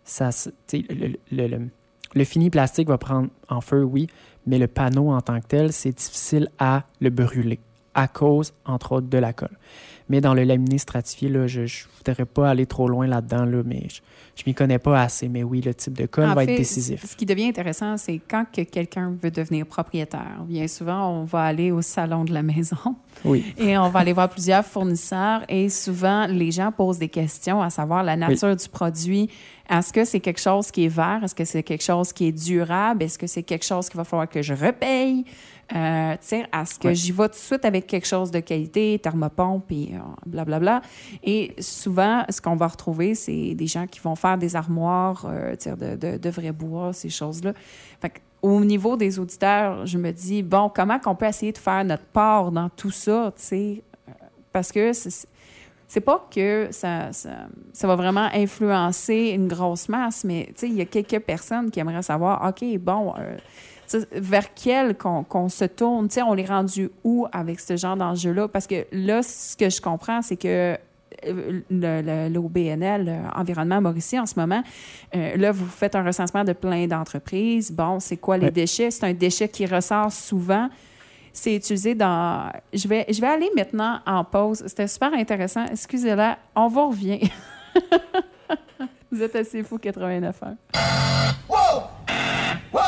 le fini plastique va prendre en feu, oui, mais le panneau en tant que tel, c'est difficile à le brûler à cause, entre autres, de la colle. Mais dans le laminé stratifié, là, je ne voudrais pas aller trop loin là-dedans, là, mais je m'y connais pas assez. Mais oui, le type de colle va être décisif. Ce qui devient intéressant, c'est quand que quelqu'un veut devenir propriétaire. Bien souvent, on va aller au salon de la maison. Oui. Et on va aller voir plusieurs fournisseurs. Et souvent, les gens posent des questions à savoir la nature du produit. Est-ce que c'est quelque chose qui est vert? Est-ce que c'est quelque chose qui est durable? Est-ce que c'est quelque chose qu'il va falloir que je repaye? Est-ce que j'y vais tout de suite avec quelque chose de qualité, thermopompe et blablabla? Et souvent, ce qu'on va retrouver, c'est des gens qui vont faire des armoires de vrai bois, ces choses-là. Fait qu'au niveau des auditeurs, je me dis, bon, comment qu'on peut essayer de faire notre part dans tout ça, tu sais? Parce que c'est pas que ça va vraiment influencer une grosse masse, mais il y a quelques personnes qui aimeraient savoir, OK, bon, vers quel qu'on se tourne, on l'est rendu où avec ce genre d'enjeu-là? Parce que là, ce que je comprends, c'est que l'OBNL, Environnement Mauricie, en ce moment, là, vous faites un recensement de plein d'entreprises. Bon, c'est quoi les déchets? C'est un déchet qui ressort souvent. C'est utilisé dans... Je vais aller maintenant en pause. C'était super intéressant. Excusez-la, on vous revient. Vous êtes assez fou, 89 heures. Wow! Wow!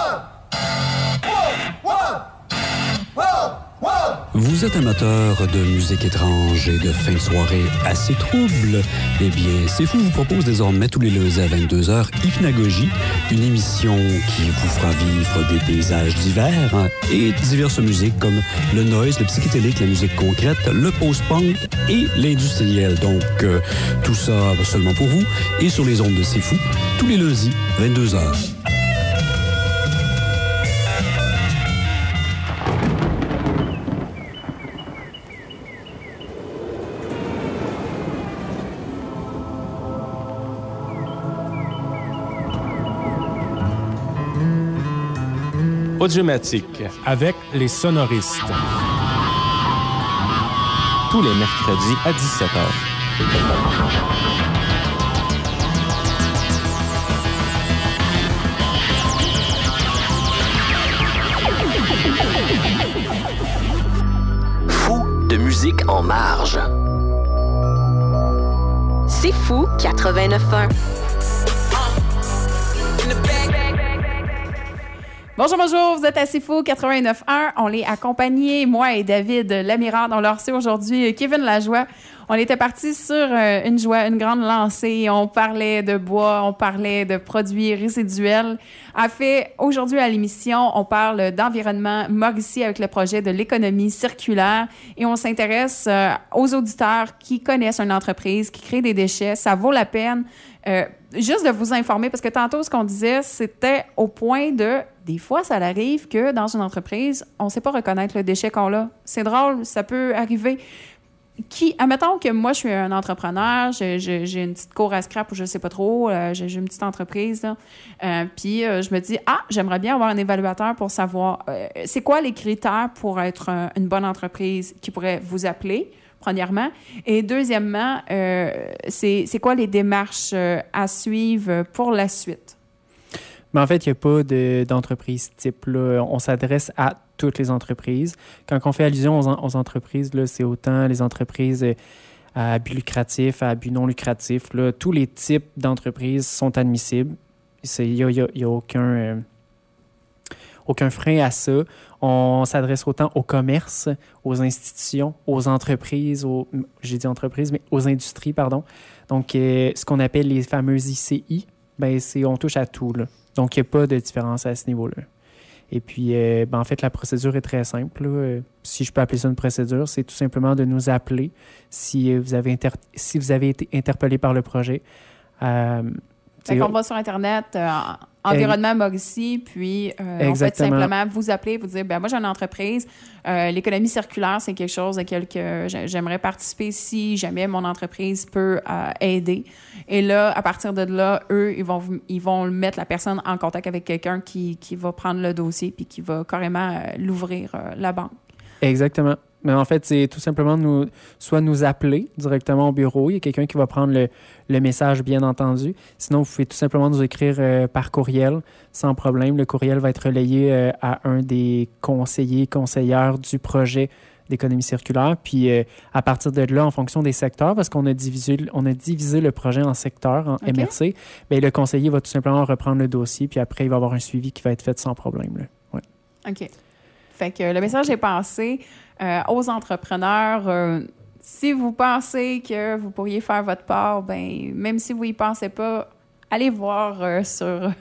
Vous êtes amateur de musique étrange et de fin de soirée assez trouble? Eh bien, C'est Fou vous propose désormais tous les lundis à 22h Hypnagogie, une émission qui vous fera vivre des paysages divers et diverses musiques comme le noise, le psychédélique, la musique concrète, le post-punk et l'industriel. Donc, tout ça seulement pour vous et sur les ondes de C'est Fou, tous les lundis, 22h. Audiomatique avec les sonoristes. Tous les mercredis à 17h. Fou de musique en marge. C'est Fou 89.1. Bonjour, vous êtes à C'est Fou 89.1. On l'est accompagné, moi et David Lamirande. On l'a reçu aujourd'hui, Kevin Lajoie. On était partis sur une grande lancée. On parlait de bois, on parlait de produits résiduels. En fait, aujourd'hui à l'émission, on parle d'environnement Mauricie avec le projet de l'économie circulaire et on s'intéresse aux auditeurs qui connaissent une entreprise, qui crée des déchets. Ça vaut la peine juste de vous informer parce que tantôt, ce qu'on disait, c'était au point de... Des fois, ça arrive que dans une entreprise, on ne sait pas reconnaître le déchet qu'on a. C'est drôle, ça peut arriver. Admettons que moi, je suis un entrepreneur, j'ai une petite cour à scrap ou je ne sais pas trop, j'ai une petite entreprise, puis je me dis, j'aimerais bien avoir un évaluateur pour savoir c'est quoi les critères pour être une bonne entreprise qui pourrait vous appeler, premièrement. Et deuxièmement, c'est quoi les démarches à suivre pour la suite? Mais en fait, il n'y a pas d'entreprise type, là. On s'adresse à toutes les entreprises. Quand on fait allusion aux entreprises, là, c'est autant les entreprises à but lucratif, à but non lucratif. Là. Tous les types d'entreprises sont admissibles. Il n'y a aucun frein à ça. On s'adresse autant au commerce, aux institutions, aux entreprises, j'ai dit entreprises, mais aux industries, pardon. Donc, ce qu'on appelle les fameuses ICI, ben, on touche à tout, là. Donc, il n'y a pas de différence à ce niveau-là. Et puis, en fait, la procédure est très simple, là. Si je peux appeler ça une procédure, c'est tout simplement de nous appeler si vous avez été interpellé par le projet. Fait qu'on va sur Internet, Environnement Mauricie, puis on fait simplement vous appeler, vous dire, moi j'ai une entreprise, l'économie circulaire, c'est quelque chose auquel j'aimerais participer si jamais mon entreprise peut aider. Et là, à partir de là, eux, ils vont mettre la personne en contact avec quelqu'un qui va prendre le dossier puis qui va carrément l'ouvrir, la banque. Exactement. Mais en fait, c'est tout simplement nous appeler directement au bureau. Il y a quelqu'un qui va prendre le message, bien entendu. Sinon, vous pouvez tout simplement nous écrire par courriel, sans problème. Le courriel va être relayé à un des conseillères du projet d'économie circulaire. Puis, à partir de là, en fonction des secteurs, parce qu'on a divisé le projet en secteurs, en MRC, bien, le conseiller va tout simplement reprendre le dossier. Puis après, il va y avoir un suivi qui va être fait sans problème. Là. Ouais. OK. Fait que le message est passé aux entrepreneurs. Si vous pensez que vous pourriez faire votre part, ben même si vous y pensez pas, allez voir sur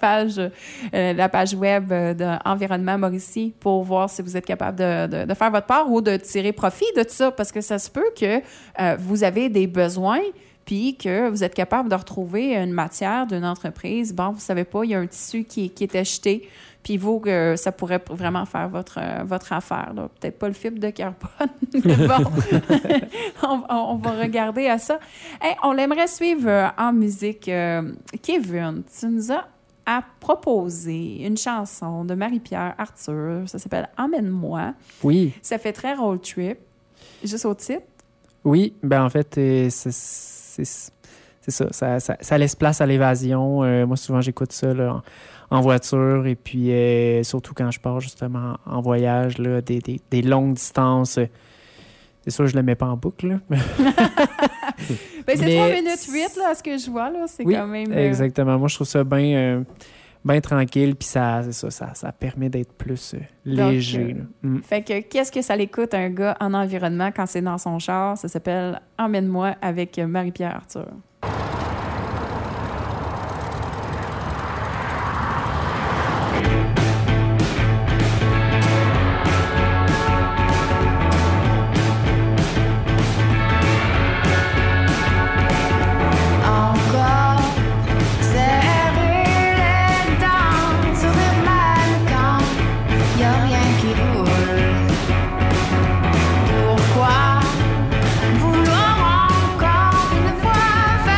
la page web d'Environnement Mauricie pour voir si vous êtes capable de faire votre part ou de tirer profit de tout ça, parce que ça se peut que vous avez des besoins puis que vous êtes capable de retrouver une matière d'une entreprise. Bon, vous savez pas, il y a un tissu qui est acheté, puis vous, ça pourrait vraiment faire votre affaire. Là. Peut-être pas le fibre de carbone, mais bon, on va regarder à ça. Hey, on l'aimerait suivre en musique. Kevin, tu nous as proposé une chanson de Marie-Pierre Arthur. Ça s'appelle « Emmène-moi ». Oui. Ça fait très road trip. Juste au titre? Oui, ben en fait, c'est ça. Ça laisse place à l'évasion. Moi, souvent, j'écoute ça là, en voiture et puis surtout quand je pars justement en voyage, là, des longues distances. C'est sûr, je ne le mets pas en boucle. Là. Ben, c'est 3 minutes 8, là, à ce que je vois. Là. C'est quand même... Exactement. Moi, je trouve ça bien tranquille puis ça permet d'être plus léger. Donc, fait que qu'est-ce que ça l'écoute un gars en environnement quand c'est dans son char? Ça s'appelle « Emmène-moi » avec Marie-Pierre Arthur. Pourquoi vouloir encore une fois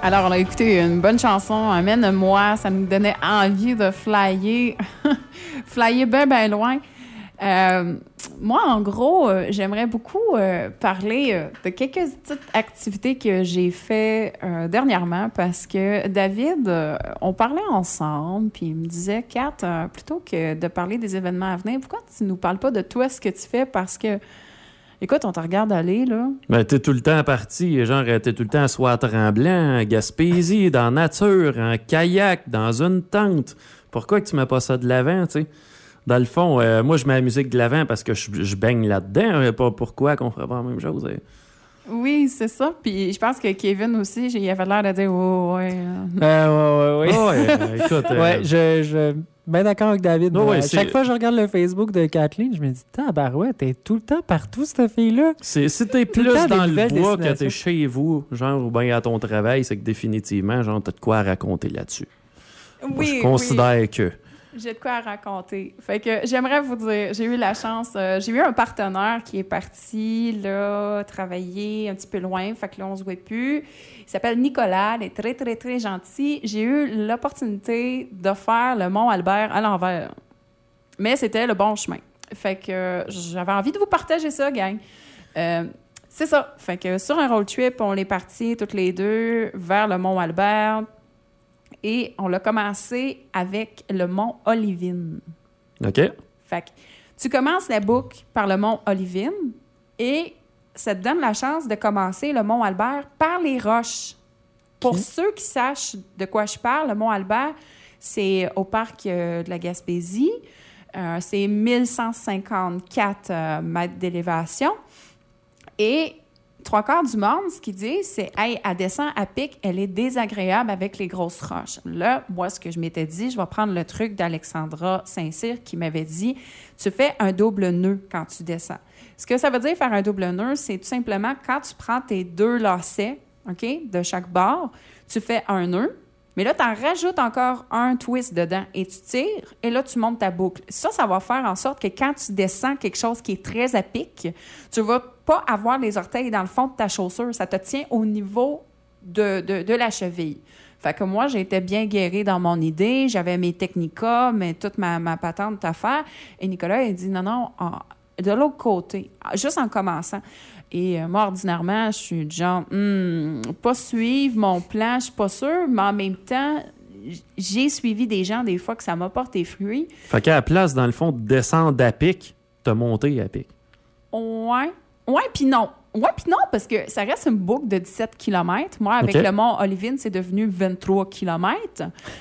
Alors, on a écouté une bonne chanson, Amène-moi. Ça nous donnait envie de flyer, flyer ben loin. Moi, en gros, j'aimerais beaucoup parler de quelques petites activités que j'ai fait dernièrement parce que David, on parlait ensemble, puis il me disait, Kat, plutôt que de parler des événements à venir, pourquoi tu nous parles pas de toi, ce que tu fais? Parce que écoute, on te regarde aller, là. Ben, t'es tout le temps parti. Genre, t'es tout le temps à Soie-Tremblant, en Gaspésie, dans la nature, en kayak, dans une tente. Pourquoi que tu mets pas ça de l'avant, tu sais? Dans le fond, moi, je mets la musique de l'avant parce que je baigne là-dedans. Pas pourquoi qu'on ferait pas la même chose. Oui, c'est ça. Puis je pense que Kevin aussi, il avait l'air de dire « ouais. » Ouais. Écoute... Ouais, je bien d'accord avec David. Ouais, chaque fois que je regarde le Facebook de Kathleen, je me dis, tabarouette, t'es tout le temps partout, cette fille-là. Si t'es plus dans le bois que t'es chez vous, genre, ou bien à ton travail, c'est que définitivement, genre, t'as de quoi à raconter là-dessus. Oui, moi, je considère que... J'ai de quoi raconter. Fait que j'aimerais vous dire, j'ai eu la chance, j'ai eu un partenaire qui est parti, là, travailler un petit peu loin, fait que là, on se voit plus. Il s'appelle Nicolas, il est très, très, très gentil. J'ai eu l'opportunité de faire le Mont-Albert à l'envers. Mais c'était le bon chemin. Fait que j'avais envie de vous partager ça, gang. C'est ça. Fait que sur un road trip, on est partis toutes les deux vers le Mont-Albert. Et on l'a commencé avec le mont Olivine. OK. Fait que tu commences la boucle par le mont Olivine et ça te donne la chance de commencer le mont Albert par les roches. Pour ceux qui sachent de quoi je parle, le mont Albert, c'est au parc de la Gaspésie. C'est 1154 mètres d'élévation. Et 3/4 du monde, ce qu'ils disent, c'est « Hey, elle descend à pic, elle est désagréable avec les grosses roches. » Là, moi, ce que je m'étais dit, je vais prendre le truc d'Alexandra Saint-Cyr qui m'avait dit « Tu fais un double nœud quand tu descends. » Ce que ça veut dire faire un double nœud, c'est tout simplement quand tu prends tes 2 lacets, OK, de chaque bord, tu fais un nœud, mais là, tu en rajoutes encore un twist dedans et tu tires et là, tu montes ta boucle. Ça va faire en sorte que quand tu descends quelque chose qui est très à pic, tu vas pas avoir les orteils dans le fond de ta chaussure. Ça te tient au niveau de la cheville. Fait que moi, j'étais bien guérie dans mon idée. J'avais mes technicas, mais toute ma patente à faire. Et Nicolas, il dit non, de l'autre côté, juste en commençant. Et moi, ordinairement, je suis du genre, pas suivre mon plan, je suis pas sûre, mais en même temps, j'ai suivi des gens des fois que ça m'a porté fruit. Fait qu'à la place, dans le fond, de descendre à pic, t'as monté à pic. Ouais, puis non. Ouais, puis non, parce que ça reste une boucle de 17 km. Moi, avec le mont Olivine, c'est devenu 23 km.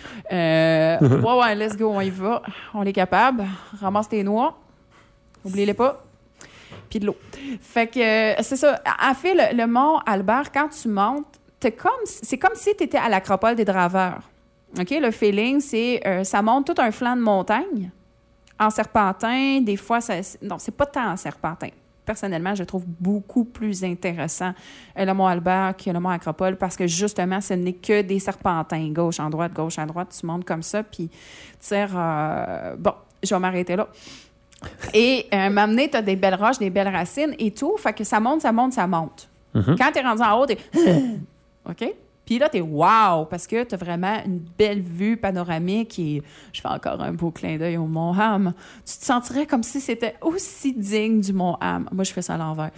Ouais, let's go, on y va. On est capable. Ramasse tes noix. Oubliez-les pas. Puis de l'eau. Fait que c'est ça. En fait, le mont Albert, quand tu montes, c'est comme si tu étais à l'acropole des Draveurs. OK? Le feeling, c'est ça monte tout un flanc de montagne en serpentin. Des fois, non, c'est pas tant en serpentin. Personnellement, je trouve beaucoup plus intéressant le mont Albert que le mont Acropole parce que justement, ce n'est que des serpentins. Gauche, à droite, tu montes comme ça, puis tu tires... bon, je vais m'arrêter là. Et m'amener, tu as des belles roches, des belles racines et tout. Fait que ça monte. Mm-hmm. Quand tu es rendu en haut, tu es... OK? Puis là, tu es wow! Parce que tu as vraiment une belle vue panoramique et je fais encore un beau clin d'œil au Mont Ham. Tu te sentirais comme si c'était aussi digne du Mont Ham. Moi, je fais ça à l'envers.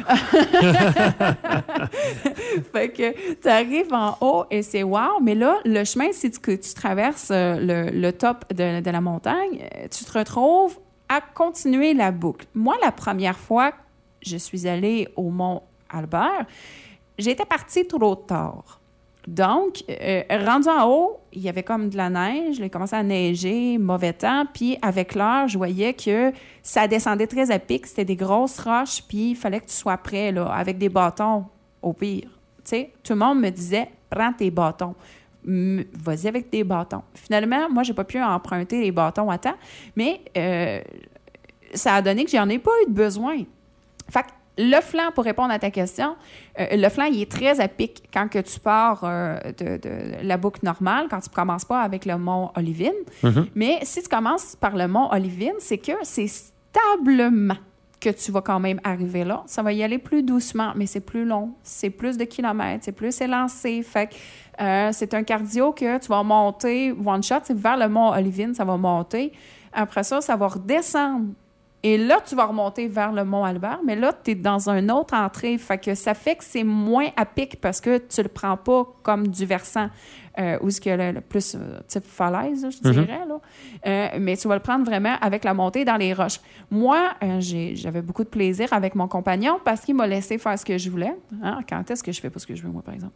Fait que tu arrives en haut et c'est wow! Mais là, le chemin, si tu traverses le top de la montagne, tu te retrouves à continuer la boucle. Moi, la première fois que je suis allée au Mont Albert, j'étais partie trop tard. Donc, rendu en haut, il y avait comme de la neige. Il commençait à neiger, mauvais temps. Puis, avec l'heure, je voyais que ça descendait très à pic. C'était des grosses roches. Puis, il fallait que tu sois prêt, là, avec des bâtons, au pire. Tu sais, tout le monde me disait, prends tes bâtons. Vas-y avec tes bâtons. Finalement, moi, j'ai pas pu emprunter les bâtons à temps. Mais ça a donné que j'en ai pas eu de besoin. Fait que, le flanc, pour répondre à ta question, le flanc, il est très à pic quand que tu pars de la boucle normale, quand tu ne commences pas avec le mont Olivine. Mm-hmm. Mais si tu commences par le mont Olivine, c'est que c'est stablement que tu vas quand même arriver là. Ça va y aller plus doucement, mais c'est plus long. C'est plus de kilomètres, c'est plus élancé. Fait que c'est un cardio que tu vas monter one shot. Vers le mont Olivine, ça va monter. Après ça, ça va redescendre. Et là, tu vas remonter vers le mont Albert, mais là, tu es dans une autre entrée. Fait que ça fait que c'est moins à pic parce que tu le prends pas comme du versant où ce que le plus type falaise, je dirais. Là. Mais tu vas le prendre vraiment avec la montée dans les roches. Moi, j'avais beaucoup de plaisir avec mon compagnon parce qu'il m'a laissé faire ce que je voulais. Hein? Quand est-ce que je fais pas ce que je veux, moi, par exemple?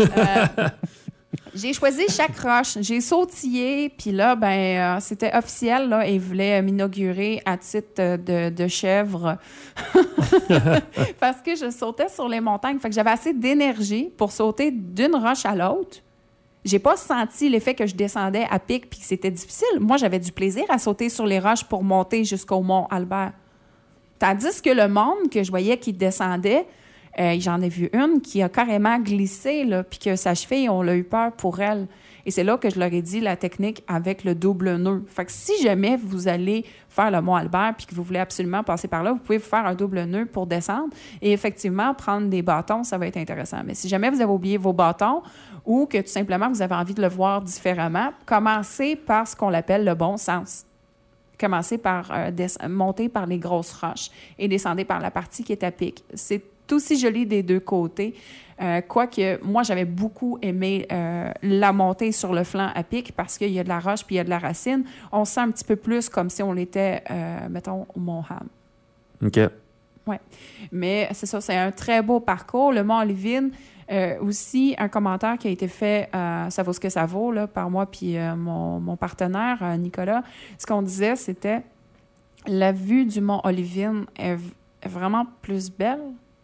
J'ai choisi chaque roche, j'ai sautillé, puis là, c'était officiel, là, et il voulait m'inaugurer à titre de chèvre parce que je sautais sur les montagnes. Fait que j'avais assez d'énergie pour sauter d'une roche à l'autre. J'ai pas senti l'effet que je descendais à pic puis que c'était difficile. Moi, j'avais du plaisir à sauter sur les roches pour monter jusqu'au mont Albert. Tandis que le monde que je voyais qui descendait, j'en ai vu une qui a carrément glissé, là, puis que sa cheville, on l'a eu peur pour elle. Et c'est là que je leur ai dit la technique avec le double nœud. Fait que si jamais vous allez faire le mont Albert puis que vous voulez absolument passer par là, vous pouvez faire un double nœud pour descendre. Et effectivement, prendre des bâtons, ça va être intéressant. Mais si jamais vous avez oublié vos bâtons ou que tout simplement vous avez envie de le voir différemment, commencez par ce qu'on appelle le bon sens. Commencez par monter par les grosses roches et descendez par la partie qui est à pic. C'est aussi joli des deux côtés. Quoique, moi, j'avais beaucoup aimé la montée sur le flanc à pic parce qu'il y a de la roche puis il y a de la racine. On se sent un petit peu plus comme si on était, mettons, au Mont Ham. OK. Oui. Mais c'est ça, c'est un très beau parcours. Le Mont Olivine, aussi, un commentaire qui a été fait, ça vaut ce que ça vaut, là, par moi puis mon partenaire, Nicolas. Ce qu'on disait, c'était la vue du Mont Olivine est vraiment plus belle.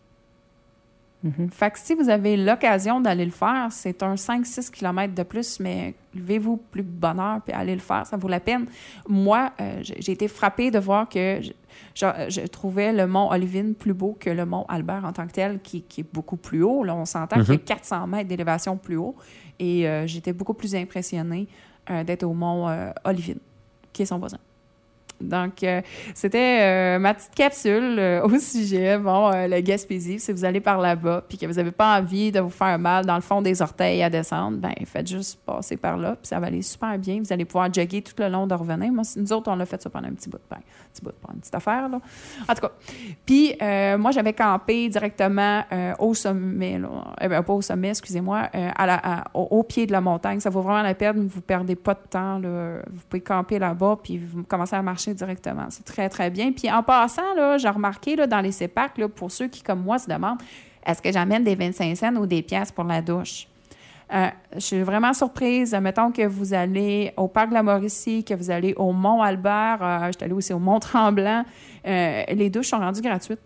Mm-hmm. Fait que si vous avez l'occasion d'aller le faire, c'est un 5-6 km de plus, mais levez-vous plus de bonheur puis allez le faire, ça vaut la peine. Moi, j'ai été frappée de voir que je trouvais le mont Olivine plus beau que le mont Albert en tant que tel, qui est beaucoup plus haut. Là, on s'entend qu'il y a 400 mètres d'élévation plus haut. Et j'étais beaucoup plus impressionnée d'être au mont Olivine, qui est son voisin. Donc, c'était ma petite capsule au sujet, le Gaspésie. Si vous allez par là-bas puis que vous n'avez pas envie de vous faire mal dans le fond des orteils à descendre, ben faites juste passer par là puis ça va aller super bien. Vous allez pouvoir jogger tout le long de revenir. Moi, nous autres, on a fait ça pendant un petit bout de pain. Une petite affaire, là. En tout cas. Puis, moi, j'avais campé directement au sommet, là. Pas au sommet, excusez-moi, au pied de la montagne. Ça vaut vraiment la peine. Vous ne perdez pas de temps, là. Vous pouvez camper là-bas puis vous commencez à marcher directement. C'est très, très bien. Puis en passant, là, j'ai remarqué là, dans les CEPAC, là, pour ceux qui, comme moi, se demandent est-ce que j'amène des 25 cents ou des pièces pour la douche? Je suis vraiment surprise. Mettons que vous allez au Parc de la Mauricie, que vous allez au Mont-Albert, je suis allée aussi au Mont-Tremblant. Les douches sont rendues gratuites.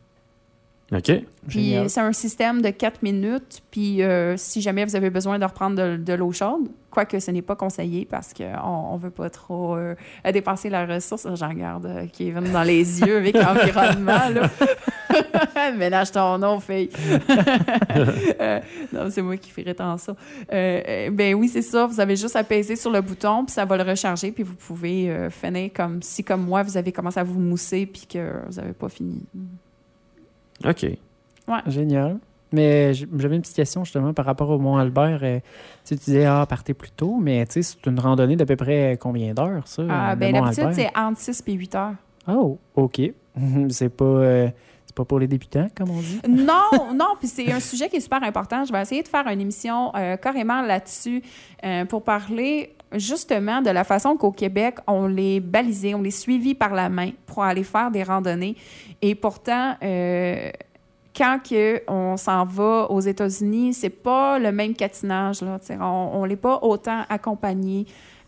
OK. Puis c'est un système de 4 minutes. Puis si jamais vous avez besoin de reprendre de l'eau chaude, quoique ce n'est pas conseillé parce qu'on ne veut pas trop dépenser la ressource. J'en regarde Kevin dans les yeux avec l'environnement. Là. Ménage ton eau, fille. Non, c'est moi qui ferais tant ça. Ben oui, c'est ça. Vous avez juste à peser sur le bouton, puis ça va le recharger, puis vous pouvez finir comme si, comme moi, vous avez commencé à vous mousser, puis que vous n'avez pas fini. OK. Ouais. Génial. Mais j'avais une petite question justement par rapport au Mont-Albert. Tu disais, partez plus tôt, mais c'est une randonnée d'à peu près combien d'heures, ça? D'habitude, c'est entre 6 et 8 heures. Oh, OK. C'est pas pour les débutants, comme on dit? Non, puis c'est un sujet qui est super important. Je vais essayer de faire une émission carrément là-dessus pour parler justement de la façon qu'au Québec, on les balisait, on les suivit par la main pour aller faire des randonnées. Et pourtant, quand on s'en va aux États-Unis, c'est pas le même catinage, là. On l'est pas autant accompagné.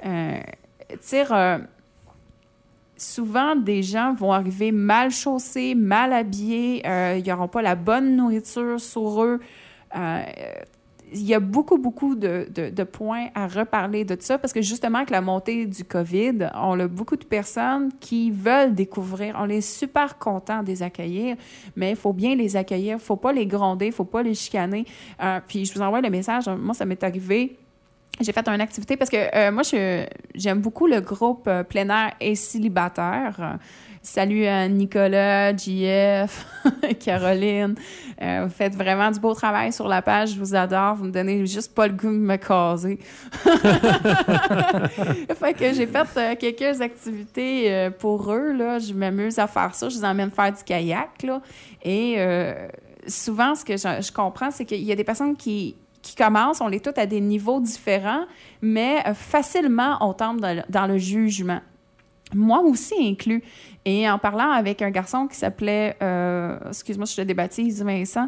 Souvent, des gens vont arriver mal chaussés, mal habillés. Ils n'auront pas la bonne nourriture sur eux. Il y a beaucoup de points à reparler de ça parce que justement, avec la montée du COVID, on a beaucoup de personnes qui veulent découvrir. On est super contents de les accueillir, mais il faut bien les accueillir. Il ne faut pas les gronder, il ne faut pas les chicaner. Puis je vous envoie le message. Moi, ça m'est arrivé j'ai fait une activité parce que moi, j'aime beaucoup le groupe plein air et célibataire. Salut à Nicolas, JF, Caroline. Vous faites vraiment du beau travail sur la page. Je vous adore. Vous me donnez juste pas le goût de me caser. Fait que j'ai fait quelques activités pour eux. Là. Je m'amuse à faire ça. Je les emmène faire du kayak. Là. Et souvent, ce que je comprends, c'est qu'il y a des personnes qui commencent, on les toutes à des niveaux différents, mais facilement, on tombe dans le jugement. Moi aussi inclus. Et en parlant avec un garçon qui s'appelait, excuse-moi si je te débaptise, Vincent,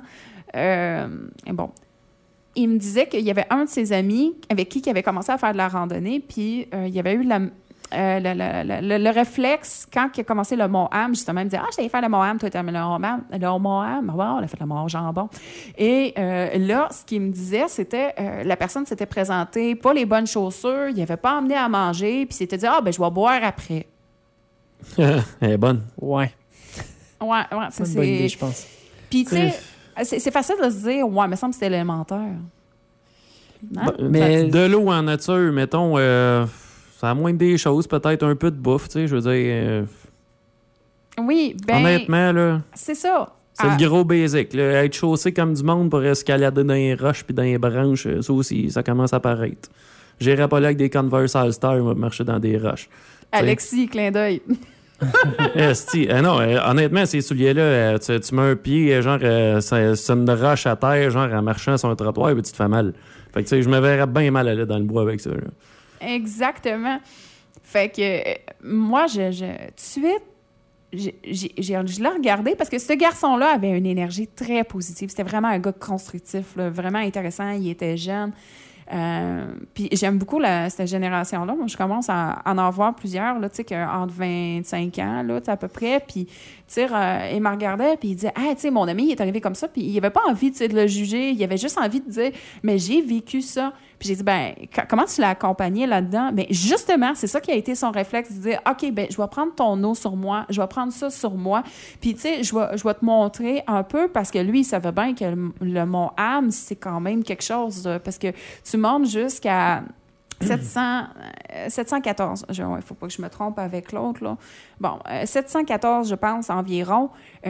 bon, il me disait qu'il y avait un de ses amis avec qui il avait commencé à faire de la randonnée, puis il y avait eu le réflexe, quand il a commencé le Mont-Ham, justement, il me disait « Ah, j'allais faire le Mont-Ham, toi, tu as le Mont-Ham. » Le Mont-Ham, on a fait le Mont-Jambon. Et là, ce qu'il me disait, c'était la personne s'était présentée, pas les bonnes chaussures, il n'avait pas emmené à manger, puis il s'était dit « Ah, ben je vais boire après. » Elle est bonne. Ouais. Ouais, c'est une bonne idée, je pense. Puis, tu sais, c'est facile de se dire « Ouais, mais me semble que c'était élémentaire. » Hein? Mais de l'eau en nature, mettons... ça a moins des choses, peut-être un peu de bouffe, tu sais, je veux dire. Oui, ben. Honnêtement, là. C'est ça. C'est le gros basic. Là. Être chaussé comme du monde pour escalader dans les roches puis dans les branches, ça aussi, ça commence à paraître. J'irais pas là avec des Converse All-Star, marcher dans des roches. Alexis, clin d'œil. Non, honnêtement, ces souliers-là, tu mets un pied, genre, c'est une roche à terre, genre, en marchant sur un trottoir, puis tu te fais mal. Fait que, tu sais, je me verrais bien mal aller dans le bois avec ça, là. Exactement. Fait que moi, tout de suite, je l'ai regardé parce que ce garçon-là avait une énergie très positive. C'était vraiment un gars constructif, là, vraiment intéressant. Il était jeune. Puis j'aime beaucoup cette génération-là. Moi, je commence à en avoir plusieurs, là, tu sais, entre 25 ans, là, à peu près. Puis, tu sais, il me regardait, puis il disait « Ah, tu sais, mon ami, il est arrivé comme ça. » Puis il avait pas envie, tu sais, de le juger. Il avait juste envie de dire « Mais j'ai vécu ça. » Puis j'ai dit, ben, comment tu l'as accompagné là-dedans? Bien, justement, c'est ça qui a été son réflexe, de dire, OK, ben, je vais prendre ton eau sur moi, je vais prendre ça sur moi. Puis, tu sais, je vais te montrer un peu, parce que lui, il savait bien que le Mont-Ham, c'est quand même quelque chose, parce que tu montes jusqu'à 714. Il ne faut pas que je me trompe avec l'autre, là. Bon, 714, je pense, environ,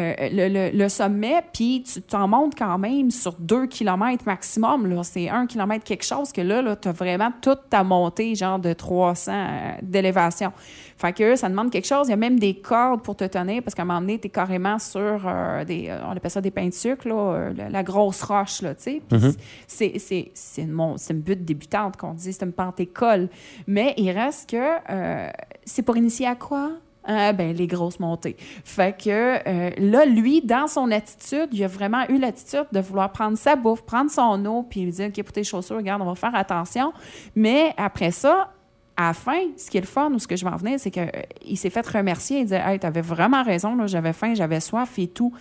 le sommet, puis tu t'en montes quand même sur 2 km maximum, là. C'est 1 km quelque chose que là tu as vraiment toute ta montée, genre de 300 d'élévation. Fait que ça demande quelque chose. Il y a même des cordes pour te tenir, parce qu'à un moment donné, tu es carrément sur on appelle ça des pains de sucre, là, la grosse roche, là, tu sais. Puis c'est une butte débutante qu'on dit, c'est une pente école. Mais il reste que c'est pour initier à quoi? Ben, les grosses montées. Fait que là, lui, dans son attitude, il a vraiment eu l'attitude de vouloir prendre sa bouffe, prendre son eau, puis lui dire, OK, pour tes chaussures, regarde, on va faire attention. Mais après ça, à la fin, ce qui est le fun ou ce que je vais en venir, c'est qu'il s'est fait remercier. Il disait, hey, t'avais vraiment raison, là, j'avais faim, j'avais soif et tout.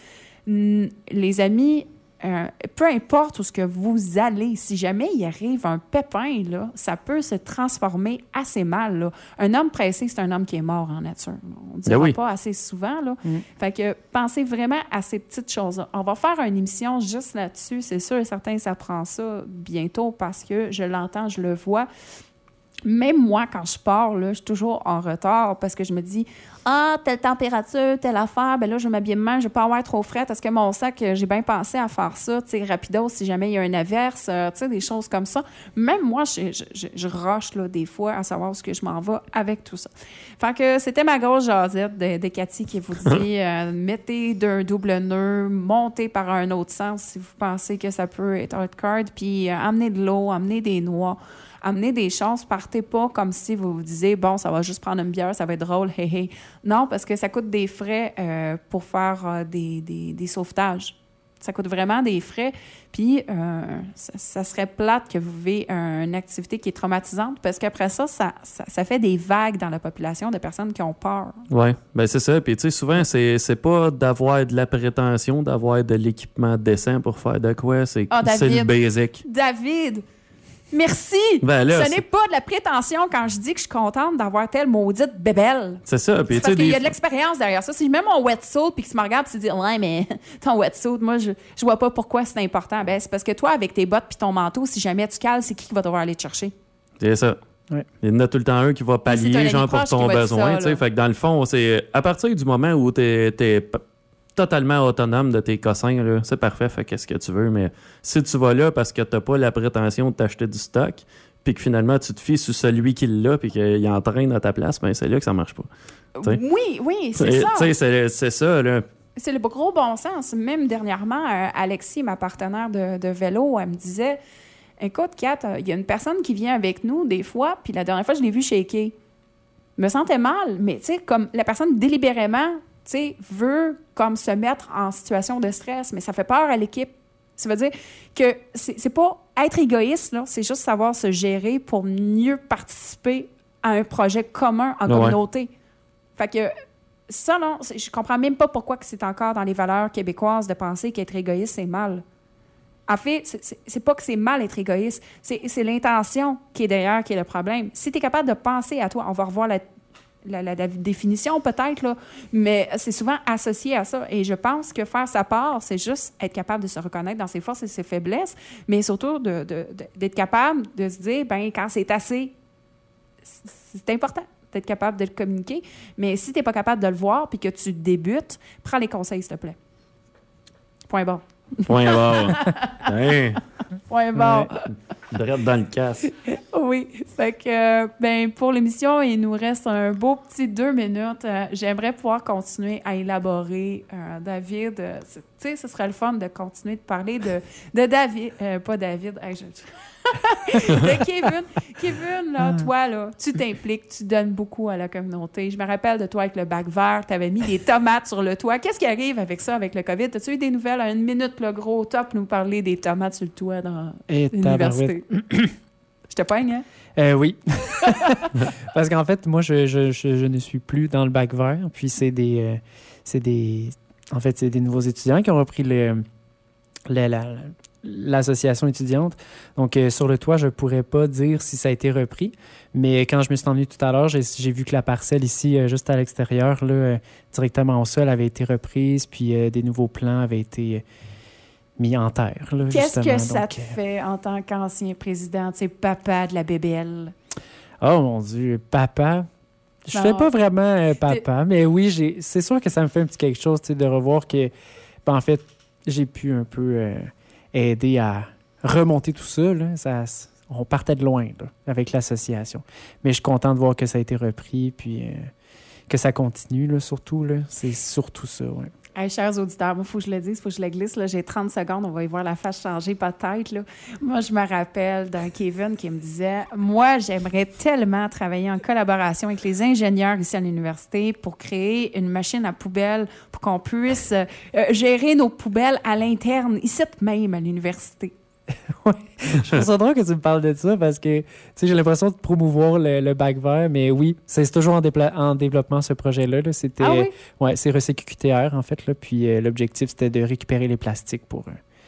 Les amis, peu importe où ce que vous allez, si jamais il arrive un pépin, là, ça peut se transformer assez mal, là. Un homme pressé, c'est un homme qui est mort en nature. On ne dira pas assez souvent, là. Fait que pensez vraiment à ces petites choses-là. On va faire une émission juste là-dessus. C'est sûr et certain, ça prend ça bientôt, parce que je l'entends, je le vois. Même moi, quand je pars, là, je suis toujours en retard, parce que je me dis, telle température, telle affaire, ben là, je vais m'habiller de même, je vais pas avoir trop frais. Est-ce que mon sac, j'ai bien pensé à faire ça, tu sais, rapido, si jamais il y a une averse, tu sais, des choses comme ça. Même moi, je rush, là, des fois, à savoir où je m'en vais avec tout ça. Fait que c'était ma grosse jasette de Cathy qui vous dit, mettez d'un double nœud, montez par un autre sens si vous pensez que ça peut être hardcore, puis amenez de l'eau, amenez des noix. Amenez des choses, partez pas comme si vous vous disiez, bon, ça va juste prendre une bière, ça va être drôle, hé hé. Non, parce que ça coûte des frais pour faire des sauvetages. Ça coûte vraiment des frais. Puis, ça serait plate que vous vivez une activité qui est traumatisante, parce qu'après ça fait des vagues dans la population de personnes qui ont peur. Oui, bien c'est ça. Puis, tu sais, souvent, c'est pas d'avoir de la prétention, d'avoir de l'équipement décent pour faire de quoi. C'est le basic. David! Merci! Ben là, ce n'est pas de la prétention quand je dis que je suis contente d'avoir telle maudite bébelle. C'est ça. Puis, parce qu'il y a de l'expérience derrière ça. Si je mets mon wetsuit puis que tu me regardes et tu te dis « Ouais, mais ton wetsuit, moi, je vois pas pourquoi c'est important. » Ben, c'est parce que toi, avec tes bottes puis ton manteau, si jamais tu cales, c'est qui va devoir aller te chercher? C'est ça. Ouais. Il y en a tout le temps un qui va Si t'as un pallier ami genre pour proche ton qui va être besoin. ça, Tu sais. là. Fait que dans le fond, c'est à partir du moment où t'es totalement autonome de tes cossins, là, c'est parfait, fais qu'est-ce que tu veux. Mais si tu vas là parce que t'as pas la prétention de t'acheter du stock, puis que finalement tu te fies sur celui qui l'a, puis qu'il entraîne à ta place, ben c'est là que ça marche pas. T'sais. Oui, c'est ça. Tu sais, c'est ça, là. C'est le gros bon sens. Même dernièrement, Alexis, ma partenaire de vélo, elle me disait « Écoute, Kat, il y a une personne qui vient avec nous des fois, puis la dernière fois, je l'ai vue shaker. Je me sentais mal, mais tu sais, comme la personne délibérément, tu sais, veut comme se mettre en situation de stress, mais ça fait peur à l'équipe. Ça veut dire que c'est pas être égoïste, là, c'est juste savoir se gérer pour mieux participer à un projet commun en communauté. Fait que ça, non, je comprends même pas pourquoi que c'est encore dans les valeurs québécoises de penser qu'être égoïste, c'est mal. En fait, c'est pas que c'est mal être égoïste, c'est l'intention qui est derrière qui est le problème. Si tu es capable de penser à toi, on va revoir la définition peut-être, là, mais c'est souvent associé à ça. Et je pense que faire sa part, c'est juste être capable de se reconnaître dans ses forces et ses faiblesses, mais surtout d'être capable de se dire, ben quand c'est assez, c'est important d'être capable de le communiquer. Mais si tu n'es pas capable de le voir puis que tu débutes, prends les conseils, s'il te plaît. Point barre. Point barre. Hein? Point barre. Direct dans le casse. Oui. Fait que, ben, pour l'émission, il nous reste un beau petit 2 minutes. J'aimerais pouvoir continuer à élaborer, David. Tu sais, ce serait le fun de continuer de parler de David. Pas David. De Kevin. Kevin, là, toi, là, tu t'impliques, tu donnes beaucoup à la communauté. Je me rappelle de toi avec le bac vert, tu avais mis des tomates sur le toit. Qu'est-ce qui arrive avec ça, avec le COVID? As-tu eu des nouvelles à 1 minute, le gros top, nous parler des tomates sur le toit dans l'université? Je te pogne, hein? Oui. Parce qu'en fait, moi, je ne suis plus dans le bac vert. Puis c'est des nouveaux étudiants qui ont repris l'association étudiante. Donc, sur le toit, je ne pourrais pas dire si ça a été repris. Mais quand je me suis emmené tout à l'heure, j'ai vu que la parcelle ici, juste à l'extérieur, là, directement au sol, avait été reprise. Puis des nouveaux plans avaient été mis en terre. Là, qu'est-ce justement. que ça te fait en tant qu'ancien président, tu sais, papa de la BBL? Oh mon Dieu, papa. Je fais pas vraiment papa, mais oui, c'est sûr que ça me fait un petit quelque chose, tu sais, de revoir que, en fait, j'ai pu un peu aider à remonter tout ça, là. On partait de loin, là, avec l'association. Mais je suis content de voir que ça a été repris, puis que ça continue, là, surtout, là. C'est surtout ça, oui. Hey, chers auditeurs, moi, il faut que je le dise, il faut que je le glisse. Là. J'ai 30 secondes, on va y voir la face changer peut-être. Là. Moi, je me rappelle d'un Kevin qui me disait « Moi, j'aimerais tellement travailler en collaboration avec les ingénieurs ici à l'université pour créer une machine à poubelles pour qu'on puisse gérer nos poubelles à l'interne, ici même à l'université. » Oui, je trouve ça drôle que tu me parles de ça parce que j'ai l'impression de promouvoir le bac vert, mais oui, c'est toujours en développement ce projet-là. Là. C'était, ouais, c'est RecyQTR en fait. Là, puis l'objectif, c'était de récupérer les plastiques pour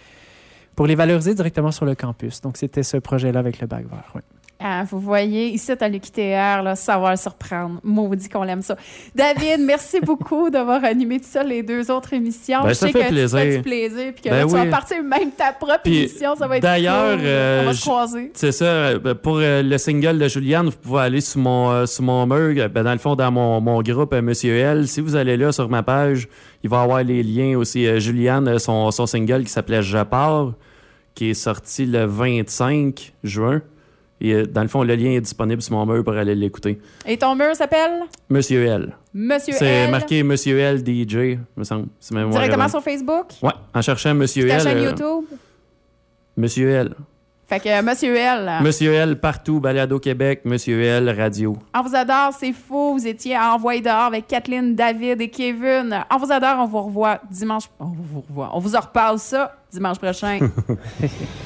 les valoriser directement sur le campus. Donc, c'était ce projet-là avec le bac vert. Ouais. Ah, vous voyez, ici à l'UQTR, là, savoir surprendre. Maudit qu'on l'aime ça. David, merci beaucoup d'avoir animé tout ça, les 2 autres émissions. Ben, je ça sais fait que plaisir. tu fais du plaisir puis que là, tu vas partir même ta propre émission. Ça va être d'ailleurs, cool. On va se croiser. C'est ça. Pour le single de Juliane, vous pouvez aller sur mon mur. Dans le fond, dans mon groupe Monsieur L. Si vous allez là sur ma page, il va y avoir les liens aussi. Juliane, son single qui s'appelait Je pars, qui est sorti le 25 juin. Et dans le fond, le lien est disponible sur mon mur pour aller l'écouter. Et ton mur s'appelle? Monsieur L. Monsieur L. C'est marqué Monsieur L DJ, me semble. Directement sur Facebook? Ouais, en cherchant Monsieur L. Ta chaîne YouTube? Monsieur L. Fait que Monsieur L. Monsieur L partout, Balado Québec, Monsieur L Radio. On vous adore, c'est fou. Vous étiez à Envoyer dehors avec Kathleen, David et Kevin. On vous adore, on vous revoit dimanche. On vous revoit. On vous en reparle ça dimanche prochain.